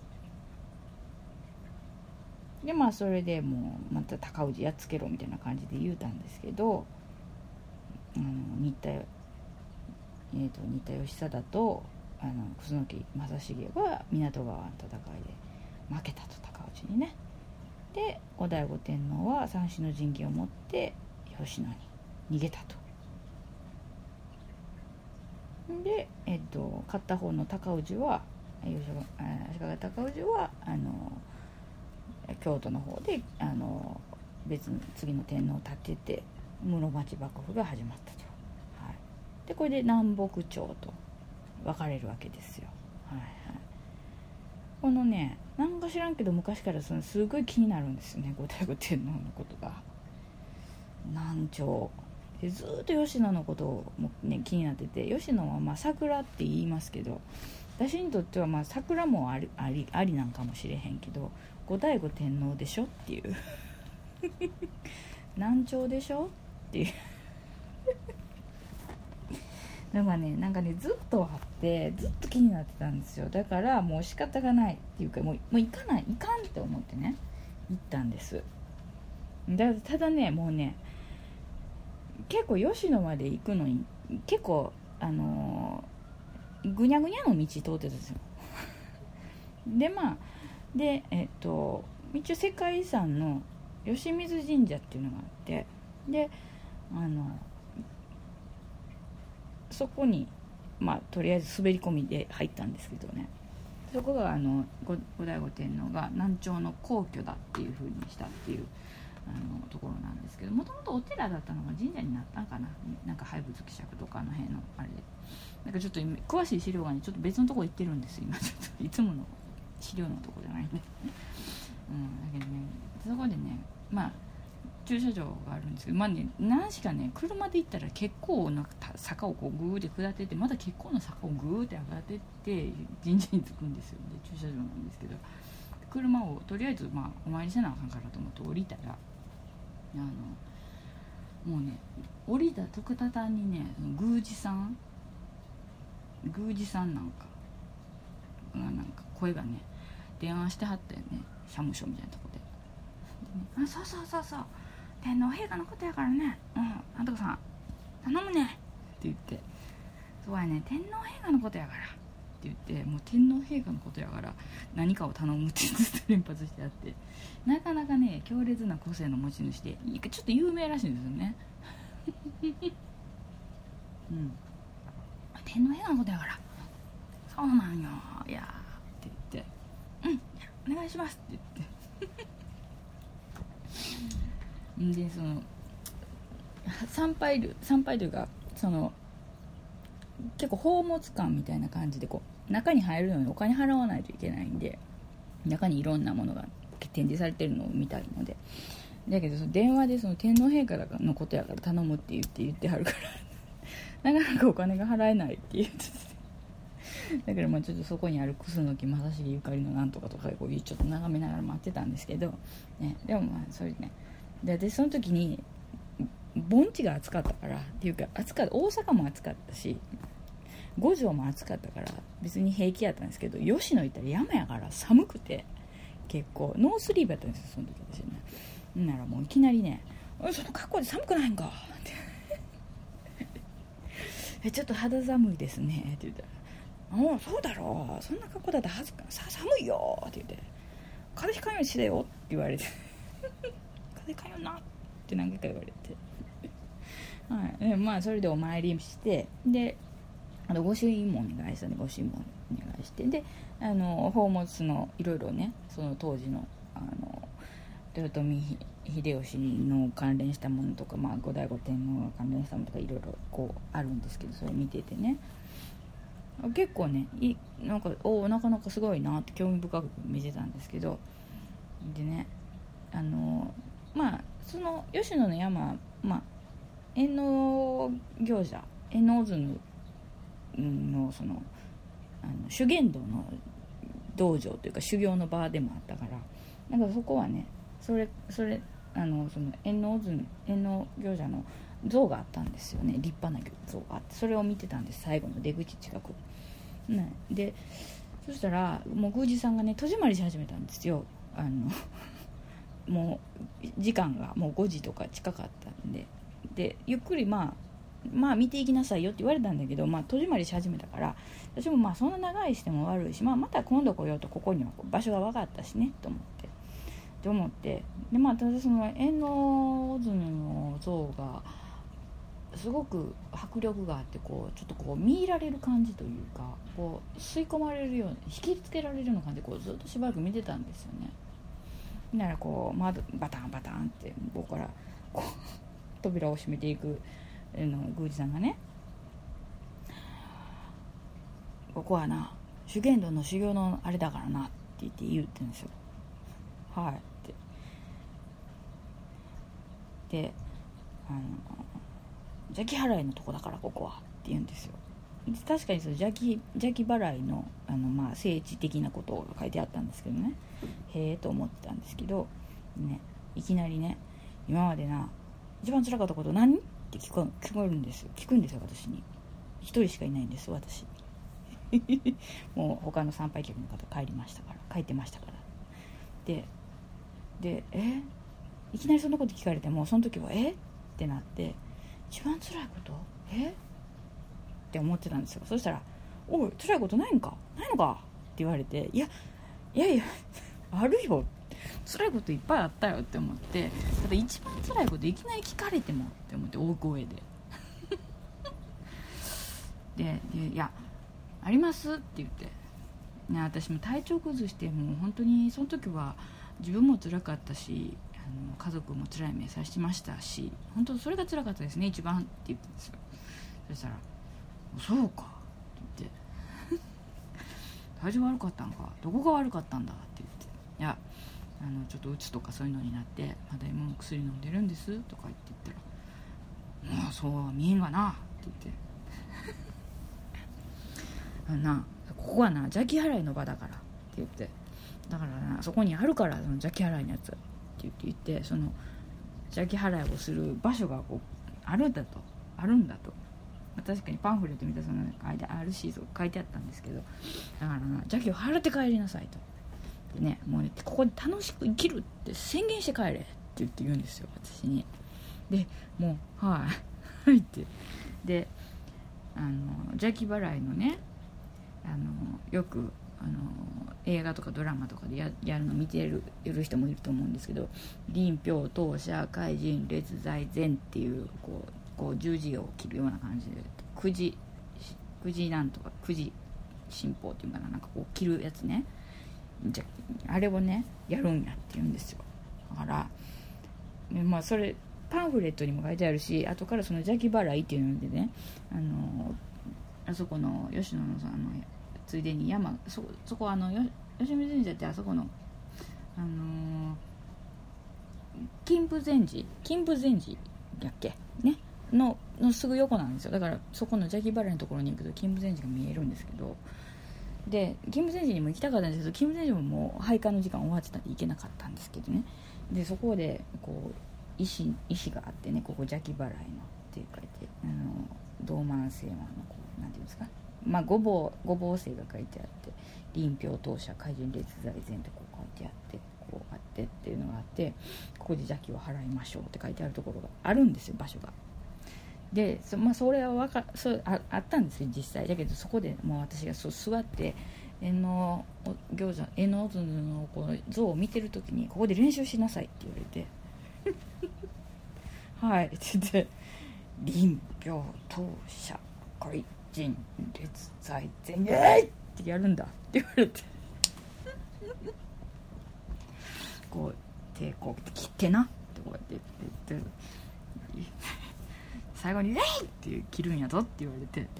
でまあそれでもうまた尊氏やっつけろみたいな感じで言うたんですけど、 あの新田、えー、と新田義貞とあの楠木正成が湊川の戦いで負けたと、高内にね。で後醍醐天皇は三種の神器を持って吉野に逃げたと。で、えっと、勝った方の高氏は足利尊氏はあの京都の方であの別に次の天皇を立てて室町幕府が始まったと、はい、でこれで南北朝と分かれるわけですよ、はいはい、このねなんか知らんけど昔からそのすごい気になるんですよね、後醍醐天皇のことが。南朝でずっと吉野のことも、ね、気になってて、吉野はまあ桜って言いますけど、私にとってはまあ桜もあり、あり、ありなんかもしれへんけど、後醍醐天皇でしょっていう南朝でしょっていうのがね、なんかねずっとあってずっと気になってたんですよ。だからもう仕方がないっていうか、もう、もう行かない行かんって思ってね行ったんです。だただね、もうね結構吉野まで行くのに結構あのー、ぐにゃぐにゃの道通ってたんですよでまあでえっと一応世界遺産の吉水神社っていうのがあって、であのそこにまあとりあえず滑り込みで入ったんですけどね、そこがあの後醍醐天皇が南朝の皇居だっていう風にしたっていうあのところなんですけど、もともとお寺だったのが神社になったんかな、なんか廃仏毀釈とかの辺のあれで、なんかちょっと詳しい資料がねちょっと別のところ行ってるんですよ今ちょっといつもの資料のところじゃないんでうん、だけどねそこでねまあ駐車場があるんですけど、まあね何しかね車で行ったら結構な坂をこうグーで下ってってまた結構な坂をグーって上がってって神社に着くんですよ。で駐車場なんですけど、車をとりあえずまあお参りせなあかんからと思って降りたら、あのもうね降りたとくたたんにね宮司さん宮司さんなんかがなんか声がね電話してはったよね、社務所みたいなとこで。でね、あそうそうそうそう天皇陛下のことやからね、うんなんとかさん頼むねって言って、そうやね天皇陛下のことやからって言って、もう天皇陛下のことやから何かを頼むってずっと連発してあって、なかなかね強烈な個性の持ち主でちょっと有名らしいんですよねうん天皇陛下のことやからそうなんよいやって言って、うんお願いしますって言ってでその参拝料参拝料がその結構宝物館みたいな感じでこう中に入るのにお金払わないといけないんで、中にいろんなものが展示されてるのを見たいので、だけどその電話でその天皇陛下のことやから頼むって言って言ってはるからなかなかお金が払えないって言ってだからまあちょっとそこにある楠木正成ゆかりのなんとかとかこうちょっと眺めながら待ってたんですけど、ね、でもまあそれねで私その時に盆地が暑かったからっていうか暑かった、大阪も暑かったし五条も暑かったから別に平気やったんですけど、吉野行ったら山やから寒くて結構ノースリーブやったんですよその時私ね。ならもういきなりねその格好で寒くないんかってちょっと肌寒いですねって言ったら、ああそうだろうそんな格好だったらさ寒いよって言って、風邪ひかんようにしてよって言われて風邪ひかんようなって何回か言われてはい、まあそれでお参りして、であの御朱印もお願いしたんで御朱印もお願いして、であの宝物のいろいろねその当時のあの豊臣秀吉の関連したものとか、まあ、後醍醐天皇が関連したものとかいろいろこうあるんですけど、それ見ててね結構ねいなんかおなかなかすごいなって興味深く見てたんですけど、でねあのまあその吉野の山、まあ遠納行者遠納図ののそのあの修験道の道場というか修行の場でもあったから、なんかそこはねそれそれあのその遠納図遠納行者の像があったんですよね、立派な像があって、それを見てたんです最後の出口近く、ね、でそしたらもう宮司さんがね戸締まりし始めたんですよ。あのもう時間がもうごじとか近かったんで、でゆっくりまあまあ見ていきなさいよって言われたんだけど、まあ、戸締まりし始めたから私もまあそんな長いしても悪いし、まあ、また今度来ようとここには場所が分かったしねと思ってって思ってで、まあ、ただその円のズの像がすごく迫力があってこうちょっとこう見入られる感じというかこう吸い込まれるように引きつけられるような感じでこうずっとしばらく見てたんですよね。だからこう窓バタンバタンってここからこう扉を閉めていくの宮司さんがね、ここはな修験道の修行のあれだからなって言って言ってるんですよ。はいってであの邪気払いのとこだからここはって言うんですよ。で確かにその邪気邪気払いのあのまあ聖地的なことが書いてあったんですけどね、へえと思ってたんですけどね、いきなりね今までな一番辛かったこと何って聞こ聞こえるんですよ。聞くんですよ私に。一人しかいないんです私もう他の参拝客の方帰りましたから帰ってましたからででえいきなりそんなこと聞かれてもその時はえってなって一番辛いことえって思ってたんですよ。そしたらおい辛いことないんかないのかって言われていやいやいやあるよ辛いこといっぱいあったよって思ってただ一番辛いこといきなり聞かれてもって思って大声でで, でいやありますって言って、ね、私も体調崩してもう本当にその時は自分も辛かったしあの家族も辛い目させてましたし本当それが辛かったですね一番って言ってんですよ。そしたらそうかって言って体調悪かったんかどこが悪かったんだって言っていやあのちょっとうつとかそういうのになってまだ今も薬飲んでるんですとか言って言ったらもうそうは見えんがなって言ってあのなここはな邪気払いの場だからって言ってだからなそこにあるからその邪気払いのやつって言って言ってその邪気払いをする場所がこうあるんだとあるんだと確かにパンフレット見たその書いてあるし書いてあったんですけどだからな邪気を払って帰りなさいとでねもうねここで楽しく生きるって宣言して帰れって言って言うんですよ私に。でもうはいはいってであの邪気払いのねあのよくあの映画とかドラマとかで や, やるの見てるいる人もいると思うんですけど臨氷当社怪人列在前っていうこうこう十字を切るような感じで九時九時なんとか九時神宝っていうかななんかこう切るやつねじゃあれをねやるんやって言うんですよ。だからで、まあ、それパンフレットにも書いてあるし後からその邪気払いっていうのでねあのあそこの吉野のさんのついでに山 そ, そこあの吉見神社ってあそこのあの金峰禅寺金峰禅寺やっけねののすぐ横なんですよ。だからそこの邪気払いのところに行くと金峰禅寺が見えるんですけどで金峰禅寺にも行きたかったんですけど金峰禅寺ももう拝観の時間終わってたんで行けなかったんですけどねでそこでこう石石があってねここ邪気払いのって書いてあの道満聖和のこうなんていうんですかまあごぼうごぼう星が書いてあって臨氷当社怪人列在前ってこう書いてあってこうあってっていうのがあってここで邪気を払いましょうって書いてあるところがあるんですよ場所が。で そ,、まあ、それはわかそ あ, あったんですよ実際だけどそこでもう私がそう座って絵の餃子絵の図のこの像を見てる時にここで練習しなさいって言われてはいって言って臨氷当社怪人列在前衛ってやるんだって言われてこう手こう切ってなってこうやって言って最後に「えい!」って切るんやぞって言われて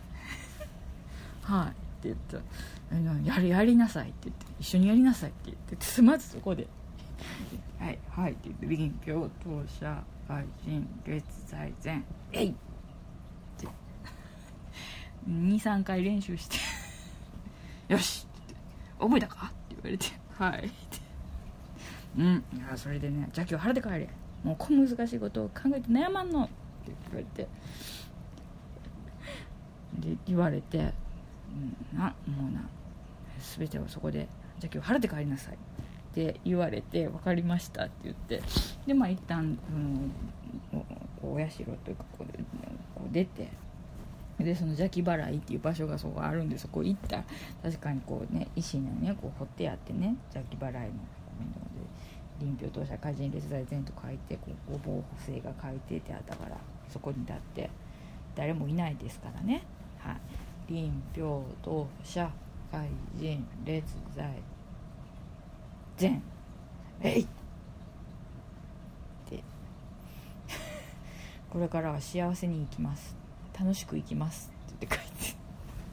はいって言ったやりやりなさいって言って一緒にやりなさいって言ってまずそこではいはいって言って臨氷当社怪人列在前えいってにさんかい練習してよしって覚えたかって言われてはいってうんいやそれでね邪気を払って帰れもう小難しいことを考えて悩まんのって言われてで言われて、うん、なもうな全てをそこで邪気を払って帰りなさいって言われて分かりましたって言ってでまあ一旦、うん、お, お社というかここう出て、でその邪気払いっていう場所がそこあるんで、そこ行ったら確かにこうね石にねこう掘ってやってね、邪気払いの臨氷当社歌人列大前と書いて、こうごぼう補正が書いてってあったから、そこに立って誰もいないですからね、はい、臨氷当社歌人列大前えいってこれからは幸せに生きます、楽しく生きますって言って書いて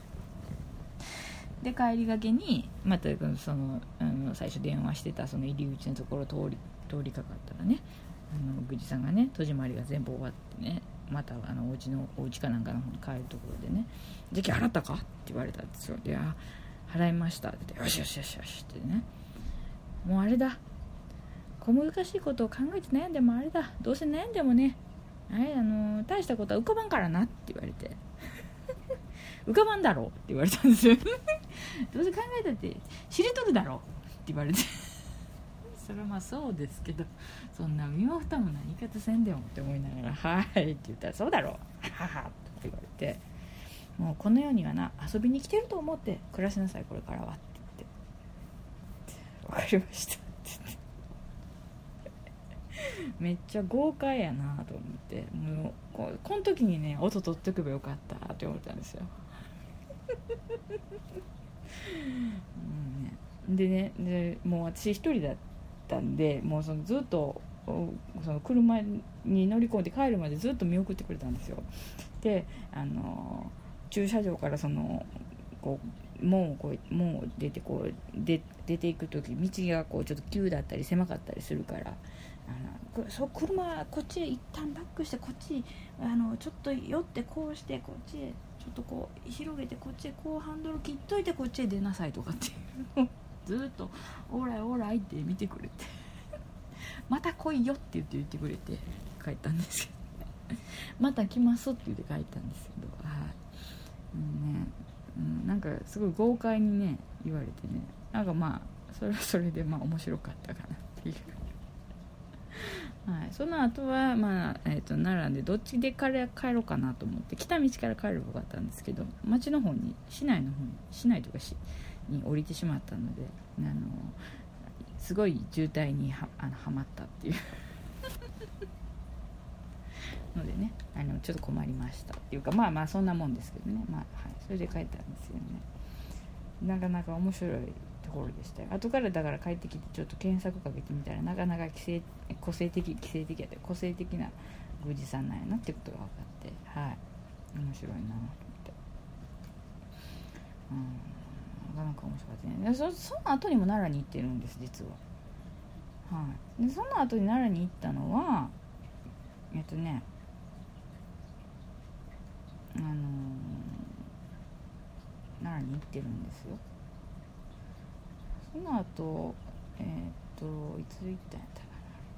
で帰りがけにまたそのあの最初電話してたその入り口のところ通り通りかかったらね、あの宮司さんがね戸締まりが全部終わってね、またあのお家のお家かなんかの方に帰るところでね、時期払ったかって言われたんですよ。で、あ払いましたって言って、よしよしよしよしってね、もうあれだ、小難しいことを考えて悩んでもあれだ、どうせ悩んでもねあれあの大したことは浮かばんからなって言われて浮かばんだろうって言われたんですよどうせ考えたって知れとるだろうって言われてそれはまあそうですけど、そんな身も蓋もない言い方せんでもって思いながら、はいって言ったら、そうだろうははって言われて、もうこの世にはな遊びに来てると思って暮らしなさいこれからはって言って、わかりましたって言ってめっちゃ豪快やなと思って、もう こ, この時にね音取っておけばよかったって思ったんですようん、ね、でねでもう私一人だったんで、もうそのずっとその車に乗り込んで帰るまでずっと見送ってくれたんですよ。であの駐車場からそのこう門をこう門を出てこうで出ていく時、道がこうちょっと急だったり狭かったりするから、あのそ車こっちへ一旦バックして、こっちあのちょっと寄ってこうしてこっちへちょっとこう広げて、こっちへこうハンドル切っといてこっちへ出なさいとかっていうのをずっとオーライオーライって見てくれてまた来いよって言って言ってくれて帰ったんですけどまた来ますって言って帰ったんですけど、はい、うんね、うん、なんかすごい豪快にね言われてね、なんかまあそれはそれでまあ面白かったかなっていうはい、その後は、まあえー、と奈良でどっちで帰ろうかなと思って来た道から帰ればよかったんですけど、町の方に市内の方に市内とか市に降りてしまったので、あのすごい渋滞に は, あのはまったっていうのでね、あのちょっと困りましたっていうか、まあまあそんなもんですけどね、まあはい、それで帰ったんですよね。なかなか面白いところでしたよ。後からだから帰ってきてちょっと検索かけてみたら、なかなか規制個性的規制的やった個性的な宮司さんなんやなってことが分かって、はい、面白いなと思って、うん、なかなか面白かったね。 そ, その後にも奈良に行ってるんです実は、はい、でその後に奈良に行ったのはえっとねあのー、奈良に行ってるんですよ。その後えー、っといつ行ったんやったか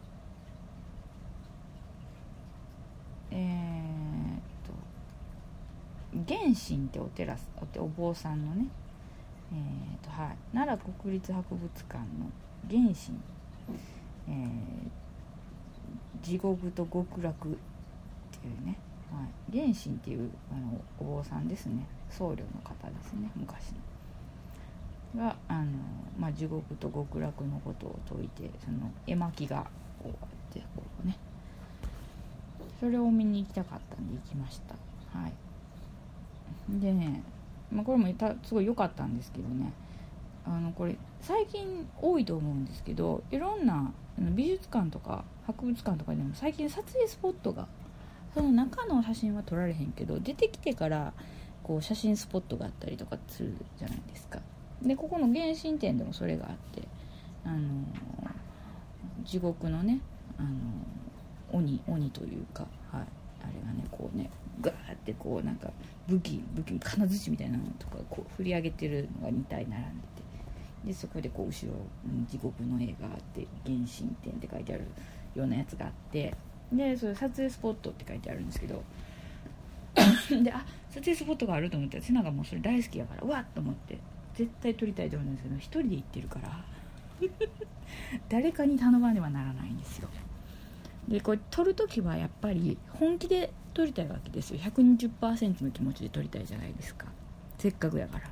な、えー、っと源信ってお寺 お, お坊さんのね、えー、っとはい奈良国立博物館の源信、えー、地獄と極楽っていうね、はい、源信っていうあのお坊さんですね、僧侶の方ですね、昔のがあの、まあ、地獄と極楽のことを説いて、その絵巻がこうあってこうね、それを見に行きたかったんで行きました。はい。でね、まあ、これもたすごい良かったんですけどね、あのこれ最近多いと思うんですけど、いろんな美術館とか博物館とかでも最近撮影スポットが、その中の写真は撮られへんけど出てきてからこう写真スポットがあったりとかするじゃないですか。でここの源信展でもそれがあって、あのー、地獄のね、あのー、鬼鬼というか、はい、あれがねこうねガーってこうなんか武器武器金槌みたいなのとかこう振り上げてるのがに体並んでて、でそこでこう後ろ地獄の絵があって源信展って書いてあるようなやつがあって、でそれ撮影スポットって書いてあるんですけどであ撮影スポットがあると思って、瀬名がもうそれ大好きやからうわっと思って絶対撮りたいと思うんですけど、一人で行ってるから誰かに頼まねばならないんですよ。でこれ撮るときはやっぱり本気で撮りたいわけですよ。 ひゃくにじゅっパーセント の気持ちで撮りたいじゃないですか、せっかくやから。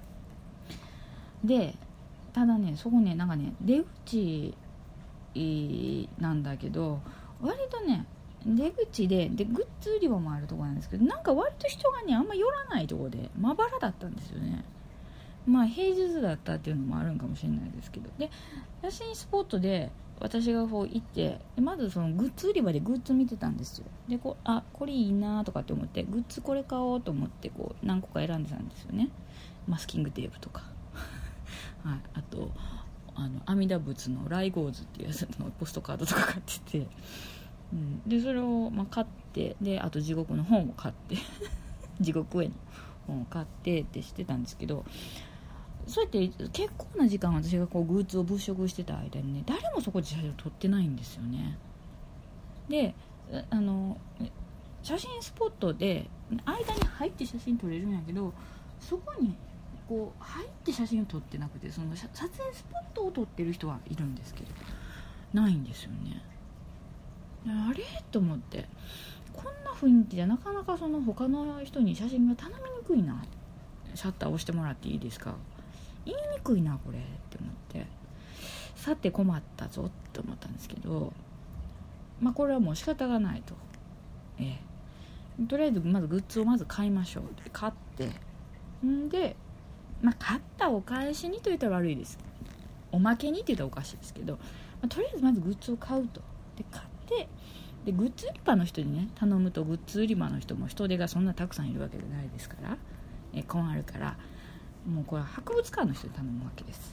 でただね、そこね、なんかね、出口なんだけど、割とね出口ででグッズ売り場もあるところなんですけど、なんか割と人がねあんま寄らないところでまばらだったんですよね。まあ平日だったっていうのもあるんかもしれないですけど、で写真スポットで私がこう行って、まずそのグッズ売り場でグッズ見てたんですよ。でこあこれいいなとかって思って、グッズこれ買おうと思ってこう何個か選んでたんですよね。マスキングテープとかはい、あとあの阿弥陀仏のライゴーズっていうやつのポストカードとか買ってて、うん、でそれをまあ買って、であと地獄の本を買って地獄への本を買ってってしてたんですけど、そうやって結構な時間私がこうグッズを物色してた間にね、誰もそこで写真を撮ってないんですよね。であの写真スポットで間に入って写真撮れるんやけど、そこにこう入って写真を撮ってなくて、その撮影スポットを撮ってる人はいるんですけどないんですよね。あれと思って、こんな雰囲気じゃなかなかその他の人に写真が頼みにくいな、シャッター押してもらっていいですか、言いにくいなこれって思って、さて困ったぞって思ったんですけど、まあこれはもう仕方がないと、ええ、とりあえずまずグッズをまず買いましょうって買って、んでまあ、買ったお返しにと言ったら悪いです、おまけにって言ったらおかしいですけど、まあ、とりあえずまずグッズを買うと。で買ってでグッズ売り場の人にね頼むと、グッズ売り場の人も人手がそんなたくさんいるわけじゃないですから、え困るから、もうこれは博物館の人に頼むわけです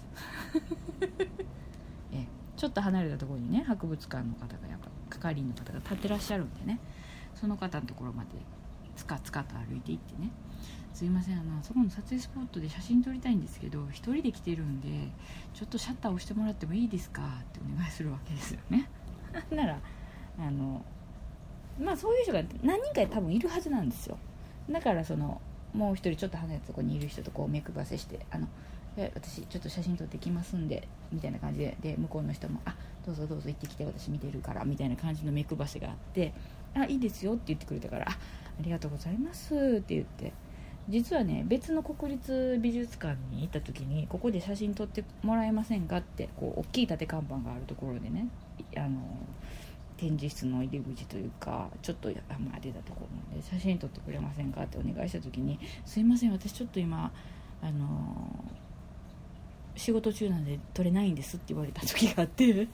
えちょっと離れたところにね博物館の方がやっぱ係員の方が立ってらっしゃるんでね、その方のところまでつかつかと歩いていってね、すいません、あのそこの撮影スポットで写真撮りたいんですけど一人で来てるんでちょっとシャッター押してもらってもいいですかってお願いするわけですよねならあのまあそういう人が何人か多分いるはずなんですよ。だからそのもう一人ちょっと離れたところにいる人とこう目配せして、あの私ちょっと写真撮ってきますんでみたいな感じで、で向こうの人もあどうぞどうぞ行ってきて私見てるからみたいな感じの目配せがあって、あいいですよって言ってくれたから、あありがとうございますって言って、実はね別の国立美術館に行った時にここで写真撮ってもらえませんかってこう大きい縦看板があるところでね、あの展示室の入り口というかちょっとまあ出たところで写真撮ってくれませんかってお願いした時に、すいません私ちょっと今あの仕事中なんで撮れないんですって言われた時があって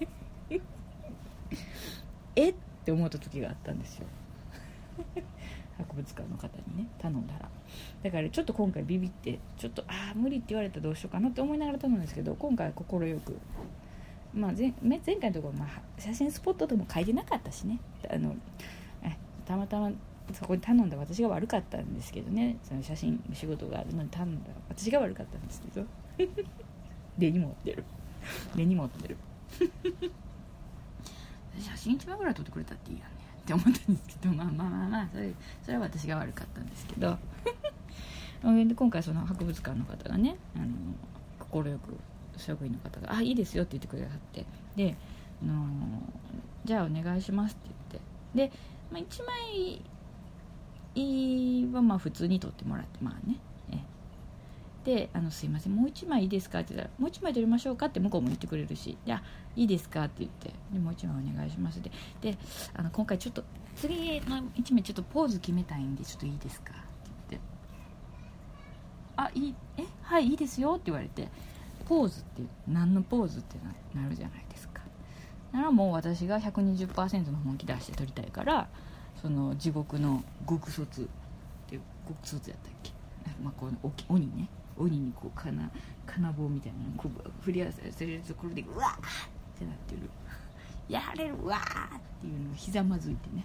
えって思った時があったんですよ博物館の方にね頼んだら。だからちょっと今回ビビってちょっとああ無理って言われたらどうしようかなって思いながら頼むんですけど、今回は快く、まあ、前, 前回のところ、まあ、写真スポットとも書いてなかったしね、あのえたまたまそこに頼んだ私が悪かったんですけどね、その写真仕事があるのに頼んだ私が悪かったんですけど根に持ってる根に持ってる写真一枚ぐらい撮ってくれたっていいやねって思ったんですけど、まあまあまあまあそれそれは私が悪かったんですけどで今回その博物館の方がね快く職員の方があいいですよって言ってくれはって、であのじゃあお願いしますって言って、で、まあ、いちまいはまあ普通に撮ってもらって、まあねであのすいませんもういちまいいいですかって言ったら、もういちまい撮りましょうかって向こうも言ってくれるし、じゃあいいですかって言って、でもういちまいお願いしますでであの今回ちょっと次のいちまいちょっとポーズ決めたいんでちょっといいですかって言って、あいいえはいいいですよって言われて、ポーズって何のポーズって な, なるじゃないですか。ならもう私が ひゃくにじゅっパーセント の本気出して撮りたいから、その地獄の極卒っていう極卒やったっけ、まあ、この鬼ね鬼にこう金金棒みたいなのこう振り合わせるところでうわーってなってるやれるわーっていうのをひざまずいてね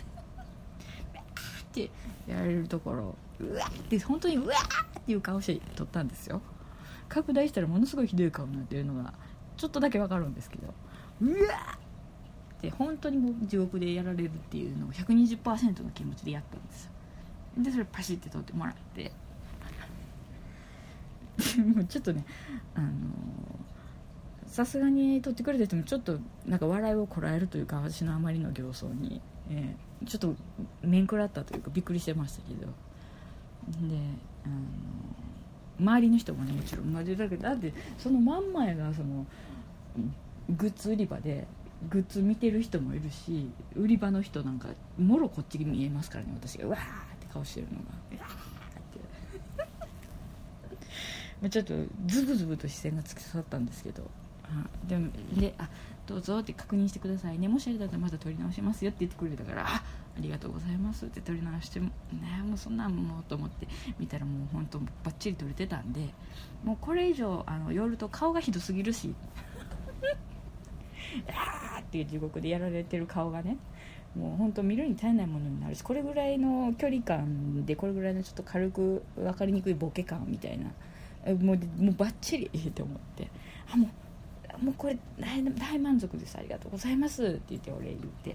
ってやれるところうわーって本当にうわーっていう顔して撮ったんですよ。拡大したらものすごいひどい顔になってるのがちょっとだけわかるんですけど、うわーって本当にもう地獄でやられるっていうのを ひゃくにじゅっパーセント の気持ちでやったんですよ。でそれパシッて撮ってもらってちょっとねあのさすがに撮ってくれた人もちょっとなんか笑いをこらえるというか、私のあまりの形相に、えー、ちょっと面食らったというかびっくりしてましたけど、で、あの周りの人もねもちろん同じだけど、だってその真ん前がそのグッズ売り場でグッズ見てる人もいるし、売り場の人なんかもろこっちに見えますからね、私がうわーって顔してるのがうわーってちょっとズブズブと視線が突き刺さったんですけど、あでもであどうぞって確認してくださいね、もしあれだったらまた撮り直しますよって言ってくれたから、あありがとうございますって撮り直してもね、もうそんなんもうと思って見たらもう本当バッチリ撮れてたんで、もうこれ以上あの寄ると顔がひどすぎるしあーっていう地獄でやられてる顔がね、もう本当見るに耐えないものになるし、これぐらいの距離感でこれぐらいのちょっと軽く分かりにくいボケ感みたいな、もうもうバッチリって思って、あもうもうこれ 大, 大満足です、ありがとうございますって言ってお礼言って、はい、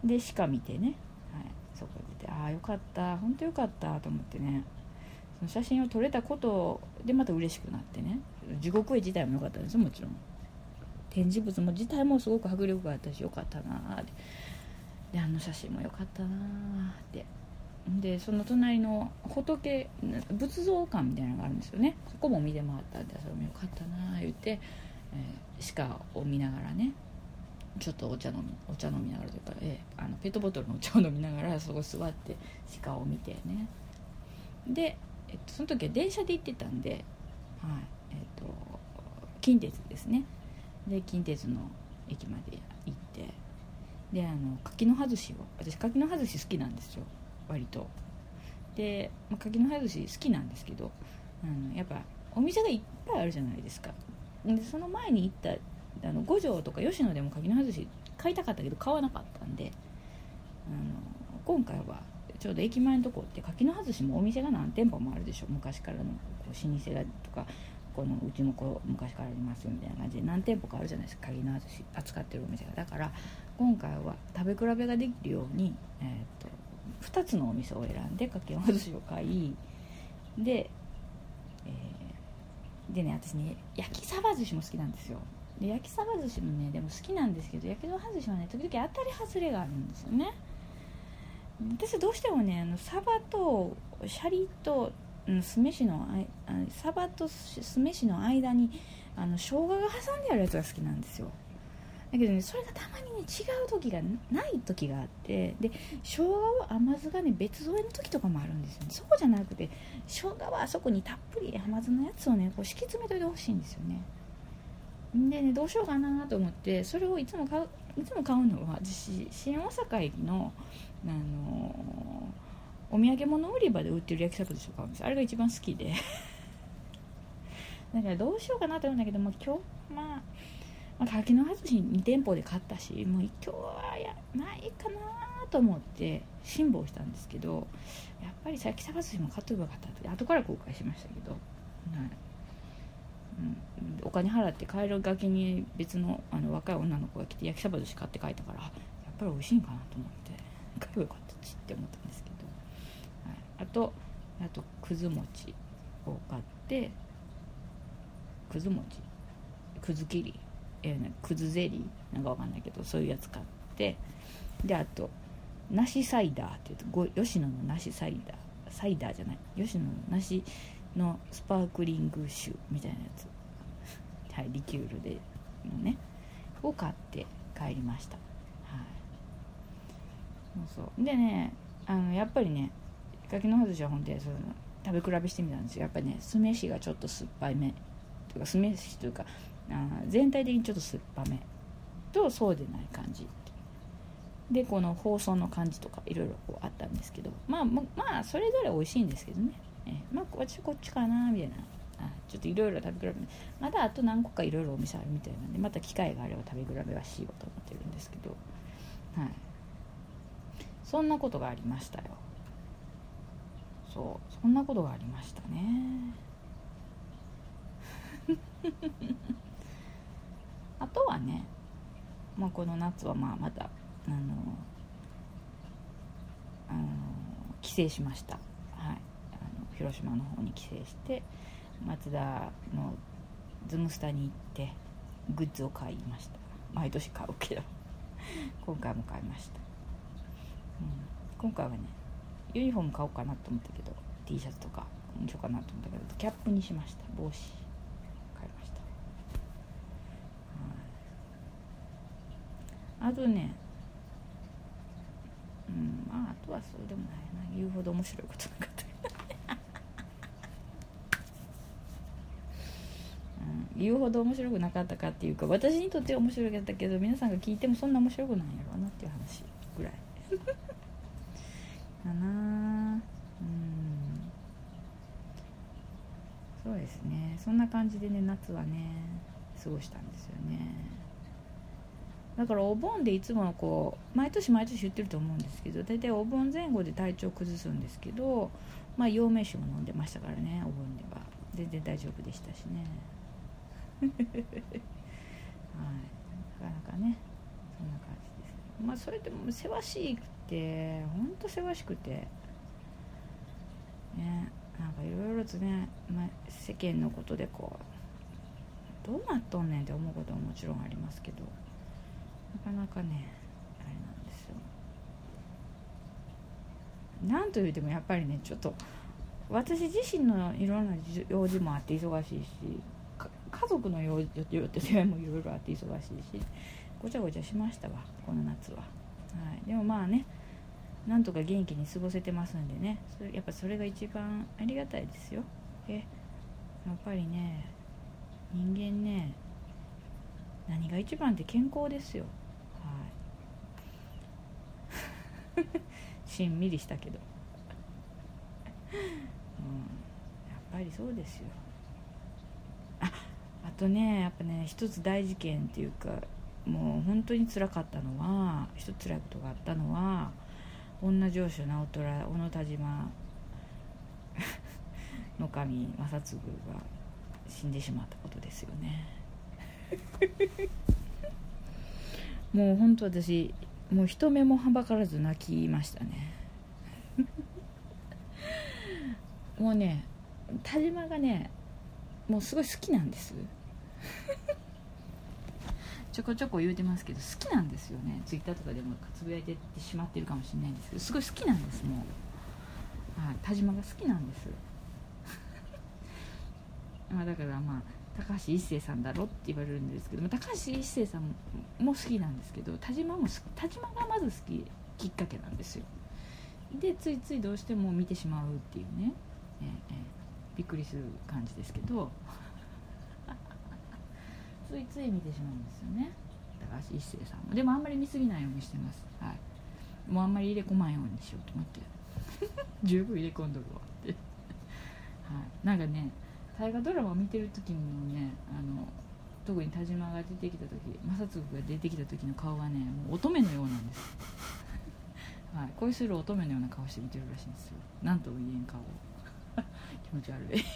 でしか見てね、はい、そこでああよかった本当よかったと思ってね、その写真を撮れたことでまた嬉しくなってね、地獄絵自体も良かったんですよ、もちろん展示物も自体もすごく迫力があったし良かったなって、であの写真も良かったなって、でその隣の仏仏像館みたいなのがあるんですよね、そこも見て回ったんでそれも良かったな言って、えー、鹿を見ながらね、ちょっとお茶飲みお茶飲みながらというか、えー、あのペットボトルのお茶を飲みながらそこ座って鹿を見てね、で、えっと、その時は電車で行ってたんで、はいえっと、近鉄ですね、で近鉄の駅まで行って、であの柿の葉寿司を、私柿の葉寿司好きなんですよ割とで、まあ、柿の葉寿司好きなんですけど、あのやっぱお店がいっぱいあるじゃないですか。でその前に行ったあの五条とか吉野でも柿の葉寿司買いたかったけど買わなかったんで、あの今回はちょうど駅前のとこって柿の葉寿司もお店が何店舗もあるでしょ、昔からのこう老舗だとか、このうちもこう昔からありますよみたいな感じで何店舗かあるじゃないですか、柿の葉寿司扱ってるお店が。だから今回は食べ比べができるように、えー、とふたつのお店を選んで柿の葉寿司を買い、で、えー、でね私ね焼きサバ寿司も好きなんですよ。で焼きサバ寿司もねでも好きなんですけど、焼きの葉寿司はね時々当たり外れがあるんですよね。私どうしてもねあのサバとシャリと、うん、酢飯のあサバと酢飯の間にあの生姜が挟んであるやつが好きなんですよ。だけどねそれがたまにね違う時がない時があって、で生姜は甘酢がね別添えの時とかもあるんですよね。そうじゃなくて生姜はあそこにたっぷり甘酢のやつをねこう敷き詰めといてほしいんですよね。でねどうしようかなと思って、それをいつも買ういつも買うのは私新大阪駅の、あのー、お土産物売り場で売ってる焼きサバ寿司を買うんです。あれが一番好きでだからどうしようかなと思うんだけども、今日まあまあ、柿の葉寿司に店舗で買ったし、もう今日はやないかなと思って辛抱したんですけど、やっぱり焼きサバ寿司も買っとけばよかったって後から後悔しましたけど、はいうん、お金払って帰るがけに別 の, あの若い女の子が来て焼きサバ寿司買って帰ったから、やっぱり美味しいんかなと思って買えばよかったちって思ったんですけど、はい、あとあとくず餅を買って、くず餅くず切りえーね、くずゼリーなんかわかんないけどそういうやつ買って、であと梨サイダーっていうと吉野の梨サイダーサイダーじゃない吉野の梨のスパークリング酒みたいなやつ、はい、リキュールでのねを買って帰りました。はい、そうそうでねあのやっぱりね柿の葉寿司は本当にその食べ比べしてみたんですよ。やっぱりね酢飯がちょっと酸っぱいめというか酢飯というかあ全体的にちょっと酸っぱめとそうでない感じで、この包装の感じとかいろいろこうあったんですけど、まあまあそれぞれ美味しいんですけどね、えまあ私こっちかなみたいな、あちょっといろいろ食べ比べまだあと何個かいろいろお店あるみたいなんで、また機会があれば食べ比べはしようと思ってるんですけど、はいそんなことがありましたよ。そうそんなことがありましたねあとはね、まあ、この夏はまあまたあのあの帰省しました。はい、あの広島の方に帰省して、 マツダのズムスタに行ってグッズを買いました。毎年買うけど今回も買いました、うん、今回はねユニフォーム買おうかなと思ったけど T シャツとかにしようかなと思ったけどキャップにしました。帽子買いました、はい、あとねうんまああとはそうでもないな。言うほど面白いことなかった言うほど面白くなかったかっていうか、私にとっては面白かったけど皆さんが聞いてもそんな面白くないんやろうなっていう話ぐらいかな。うんそうですね、そんな感じでね夏はね過ごしたんですよね。だからお盆でいつもこう毎年毎年言ってると思うんですけど、大体お盆前後で体調崩すんですけど、まあ陽明酒も飲んでましたからね、お盆では全然大丈夫でしたしねはい、なかなかねそんな感じです。まあそれでもせわしくてほんとせわしくてね、なんかいろいろとね、まあ、世間のことでこうどうなっとんねんって思うことはもちろんありますけど、なかなかねあれなんですよ。なんというてもやっぱりねちょっと私自身のいろんな用事もあって忙しいし、家族の用事もいろいろあって忙しいしごちゃごちゃしましたわこの夏は、はい、でもまあねなんとか元気に過ごせてますんでね、それやっぱそれが一番ありがたいですよ。えやっぱりね人間ね何が一番って健康ですよ。はいしんみりしたけど、うん、やっぱりそうですよ。ああとねやっぱね一つ大事件っていうかもう本当に辛かったのは一つ辛いことがあったのは女城主直虎小野田島の神正嗣が死んでしまったことですよねもう本当私もう人目もはばからず泣きましたねもうね田島がねもうすごい好きなんですちょこちょこ言うてますけど好きなんですよね。ツイッターとかでもつぶやいてってしまってるかもしれないんですけどすごい好きなんです。もう、はい、田島が好きなんですまあだからまあ高橋一生さんだろって言われるんですけども、高橋一生さんも好きなんですけど田島も田島がまず好ききっかけなんですよ。でついついどうしても見てしまうっていうね、えーえー、びっくりする感じですけどついつい見てしまうんですよね高橋一生さんも。でもあんまり見すぎないようにしてます、はい、もうあんまり入れ込まんようにしようと思って十分入れ込んどるわって、はい、なんかね大河ドラマを見てる時のねあの特に田島が出てきた時正嗣が出てきた時の顔がねもう乙女のようなんですはい、恋する乙女のような顔して見てるらしいんですよ。なんとも言えん顔気持ち悪いで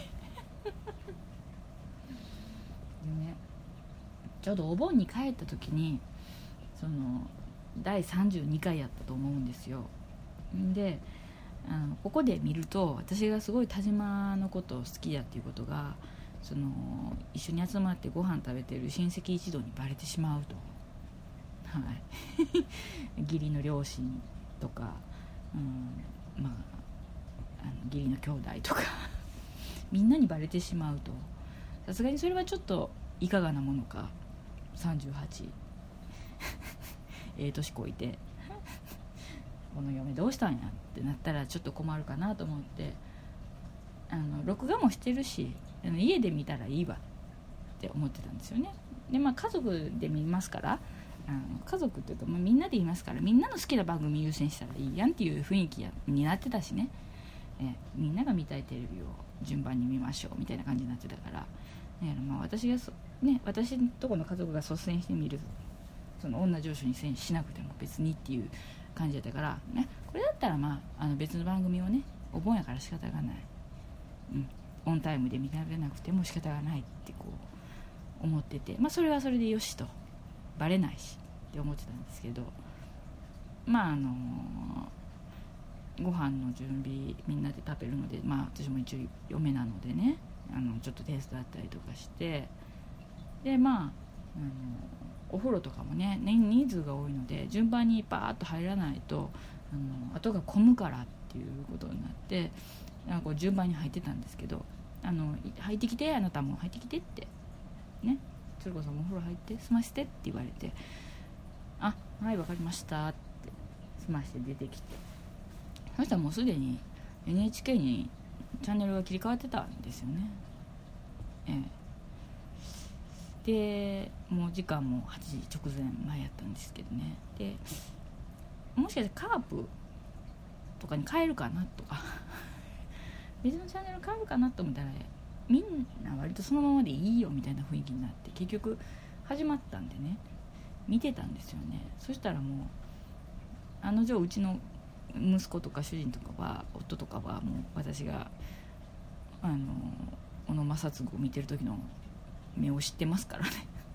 ねちょうどお盆に帰った時にそのだいさんじゅうにかいやったと思うんですよ。であのここで見ると私がすごい田島のことを好きだっていうことがその一緒に集まってご飯食べてる親戚一同にバレてしまうと、はい義理の両親とか、うんまあ、あの義理の兄弟とかみんなにバレてしまうと、さすがにそれはちょっといかがなものか。さんじゅうはちええ年こいてこの嫁どうしたんやってなったらちょっと困るかなと思って、あの録画もしてるし家で見たらいいわって思ってたんですよね。でまあ家族で見ますから、あの家族っていうか、まあ、みんなでいますからみんなの好きな番組優先したらいいやんっていう雰囲気やになってたしね、えみんなが見たいテレビを順番に見ましょうみたいな感じになってたから、ねまあ、私がそ、ね、私のとこの家族が率先して見るその女上司にせんしなくても別にっていう感じだったから、ね、これだったら、まあ、あの別の番組をねお盆やから仕方がない、うん、オンタイムで見られなくても仕方がないってこう思ってて、まあ、それはそれでよしとバレないしって思ってたんですけど、まああのご飯の準備みんなで食べるので、まあ、私も一応嫁なのでねあのちょっと手伝ったりとかして、でまあ、あのお風呂とかもね人数が多いので順番にバーッと入らないとあの後が混むからっていうことになって、なんかこう順番に入ってたんですけど、あの入ってきて、あなたも入ってきてってね、鶴子さんもお風呂入って済ませてって言われて、あ、はい分かりましたって済まして出てきて、そしたらもうすでに エヌエイチケー にチャンネルが切り替わってたんですよね。ええ、でもう時間もはちじ直前前やったんですけどね、でもしかしてカープとかに変えるかなとか別のチャンネル変えるかなと思ったら、みんな割とそのままでいいよみたいな雰囲気になって、結局始まったんでね見てたんですよね。そしたらもう案の定うちの息子とか主人とかは夫とかはもう私があの小野正嗣を見てる時の目を知ってますから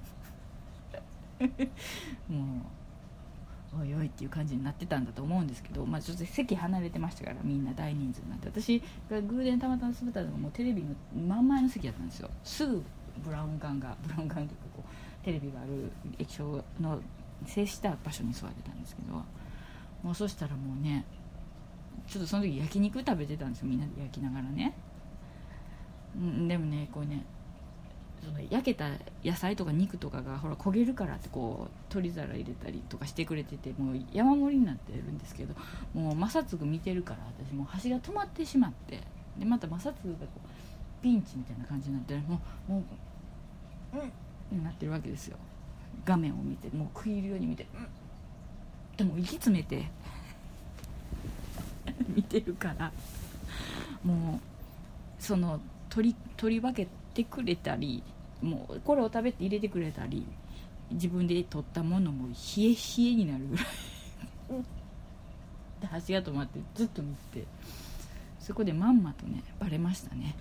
ねもうおいおいっていう感じになってたんだと思うんですけど、まあ、ちょっと席離れてましたからみんな大人数になって、私が偶然たまたま座ったのがもうテレビの真ん前の席だったんですよ。すぐブラウン管がブラウン管というかこうテレビがある液晶の接した場所に座ってたんですけど、もうそしたらもうねちょっとその時焼肉食べてたんですよ、みんなで焼きながらね。んでもねこうねその焼けた野菜とか肉とかがほら焦げるからってこう取り皿入れたりとかしてくれてて、もう山盛りになってるんですけど、もう正嗣見てるから私もう箸が止まってしまって、でまた正嗣がこうピンチみたいな感じになってもうもううんになってるわけですよ。画面を見てもう食い入るように見て、うん、でも息詰めて見てるから、もうその取り取り分けてくれたり、もうこれを食べて入れてくれたり、自分で取ったものも冷え冷えになるぐらいで箸が止まってずっと見て、そこでまんまとねバレましたね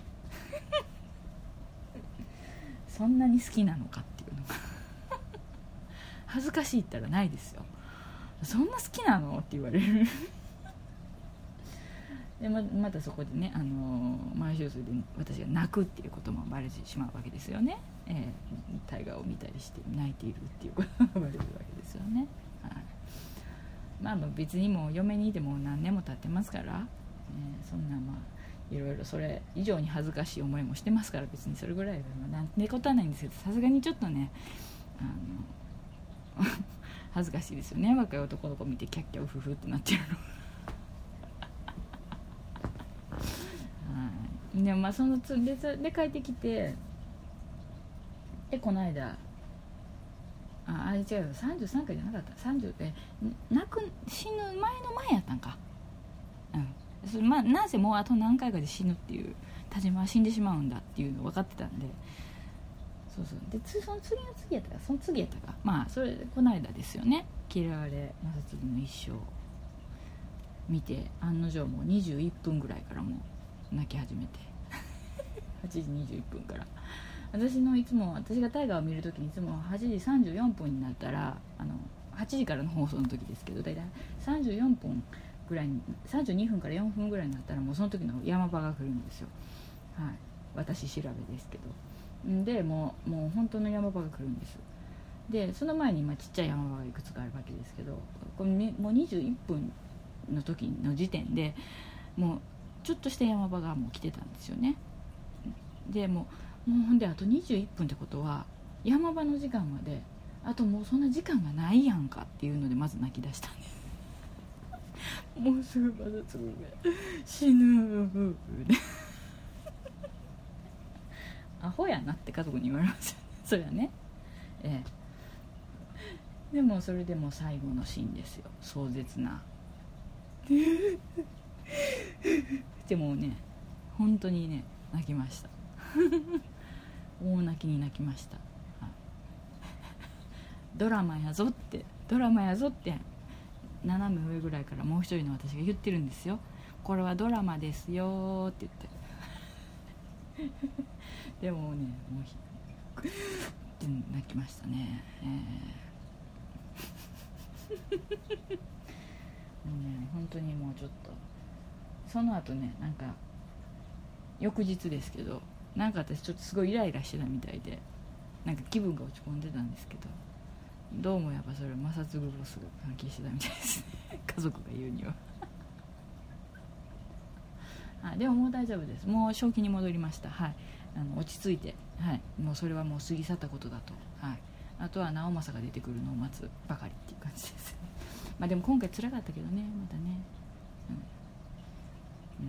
そんなに好きなのかっていうのが恥ずかしいったらないですよ。そんな好きなのって言われるで ま, またそこでね、あのー、毎週それで私が泣くっていうこともバレてしまうわけですよね、えー、大河を見たりして泣いているっていうことがバレるわけですよね、はい、まあ別にもう嫁にいても何年も経ってますから、えー、そんなまあいろいろそれ以上に恥ずかしい思いもしてますから、別にそれぐらいはなんてことはないんですけど、さすがにちょっとねあの恥ずかしいですよね、若い男の子見てキャッキャウフフってなってるのでもまあそのつでで帰ってきて、でこの間ああれ違うよさんじゅうさんかいじゃなかった、さんじゅうえ亡く死ぬ前の前やったんか、うんそれ、まあ、なぜもうあと何回かで死ぬっていう、田島は死んでしまうんだっていうの分かってたんで、そうそうでつその次の次やったかその次やったか、まあそれこの間ですよね、嫌われ正嗣の一生見て、案の定もうにじゅういっぷんぐらいからもう泣き始めてはちじにじゅういっぷんから、私のいつも私が大河を見るときにいつもはちじさんじゅうよんぷんになったら、あのはちじからの放送の時ですけど、だいたいさんじゅうよんぷんぐらいにさんじゅうにふんからよんぷんぐらいになったらもうその時の山場が来るんですよ、はい、私調べですけど、でもうもう本当の山場が来るんです。でその前に今ちっちゃい山場がいくつかあるわけですけど、これもうにじゅういっぷんの時の時点でもうちょっとした山場がもう来てたんですよね。でもうもうほんであとにじゅういっぷんってことは山場の時間まであともうそんな時間がないやんかっていうのでまず泣き出したんですもうすぐまだすぐ死ぬアホやなって家族に言われますよねそりゃね、ええ、でもそれでも最後のシーンですよ、壮絶なでもね本当にね泣きました大泣きに泣きました、はい、ドラマやぞってドラマやぞって斜め上ぐらいからもう一人の私が言ってるんですよ、これはドラマですよって言ってでもねもうひって泣きましたね、えー、もうね本当にもうちょっとその後ねなんか翌日ですけどなんか私ちょっとすごいイライラしてたみたいで、なんか気分が落ち込んでたんですけど、どうもやっぱそれ摩擦グロスが関係してたみたいですね家族が言うにははい、でももう大丈夫です。もう正気に戻りました。はい、あの落ち着いて、はい、もうそれはもう過ぎ去ったことだと、はい、あとは直政が出てくるのを待つばかりっていう感じですまあでも今回辛かったけどね、またね、うん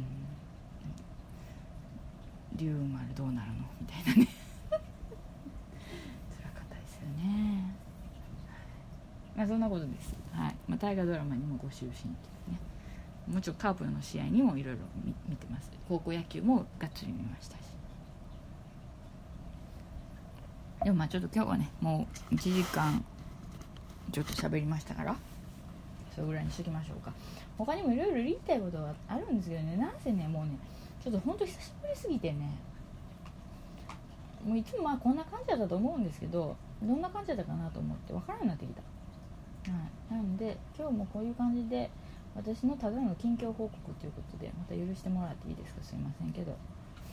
うん、竜丸どうなるのみたいなね辛かったですよね。まあそんなことです。はい、まあ、大河ドラマにもご就寝っていうね、もちろんカープの試合にもいろいろ見てます。高校野球もがっつり見ましたし、でもまあちょっと今日はねもういちじかんちょっと喋りましたから、それぐらいにしときましょうか。他にもいろいろ言いたいことはあるんですけどね、なんせねもうねちょっと本当久しぶりすぎてね、もういつもまあこんな感じだったと思うんですけど、どんな感じだったかなと思って分からなくなってきた。はい、なので今日もこういう感じで私のただの近況報告ということでまた許してもらっていいですか。すいませんけど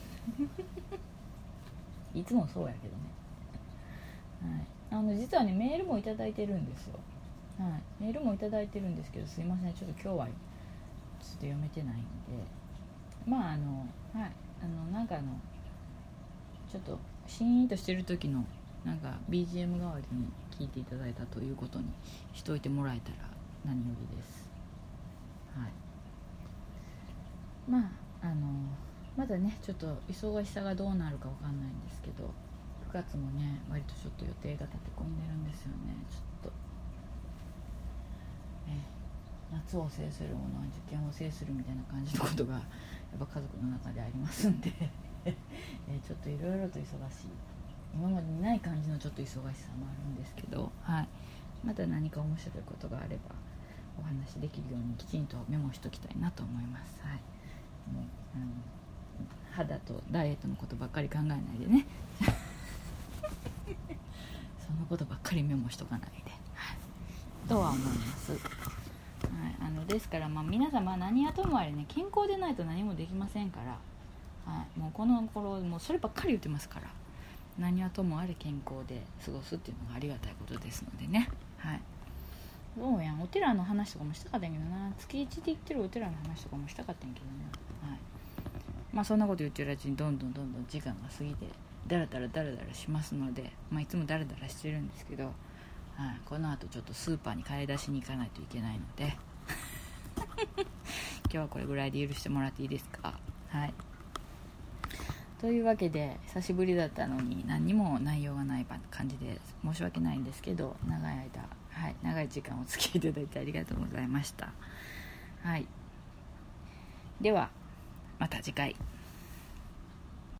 いつもそうやけどね、はい、あの実はねメールもいただいてるんですよ。はい、メールもいただいてるんですけど、すいませんちょっと今日はちょっと読めてないんで、まああのはいあのなんかあのちょっとシーンとしてる時のなんか ビージーエム 代わりに聞いていただいたということにしといてもらえたら何よりです。はい、まああのまだねちょっと忙しさがどうなるかわかんないんですけど、くがつもね割とちょっと予定が立て込んでるんですよね。ちょっと、え夏を制するものは受験を制するみたいな感じのことがやっぱ家族の中でありますんでえちょっといろいろと忙しい、今までにない感じのちょっと忙しさもあるんですけど、はい、また何か面白いことがあればお話できるようにきちんとメモしときたいなと思います。はい、もうあの肌とダイエットのことばっかり考えないでねそのことばっかりメモしとかないで、はい、とは思います。はい、あのですから、まあ、皆様何はともあれね健康でないと何もできませんから、はい、もうこの頃もうそればっかり言ってますから、何はともあれ健康で過ごすっていうのがありがたいことですのでね。はい、そうやん、お寺の話とかもしたかったんやけどな、月いちで行ってるお寺の話とかもしたかったんやけどな、はい、まあそんなこと言ってるうちにどんどんどんどん時間が過ぎてだらだらだらだらしますので、まあ、いつもだらだらしてるんですけど、はい、この後ちょっとスーパーに買い出しに行かないといけないので今日はこれぐらいで許してもらっていいですか。はい、というわけで久しぶりだったのに何にも内容がない感じで申し訳ないんですけど、長い間、はい、長い時間お付き合いいただいてありがとうございました。はい、ではまた次回。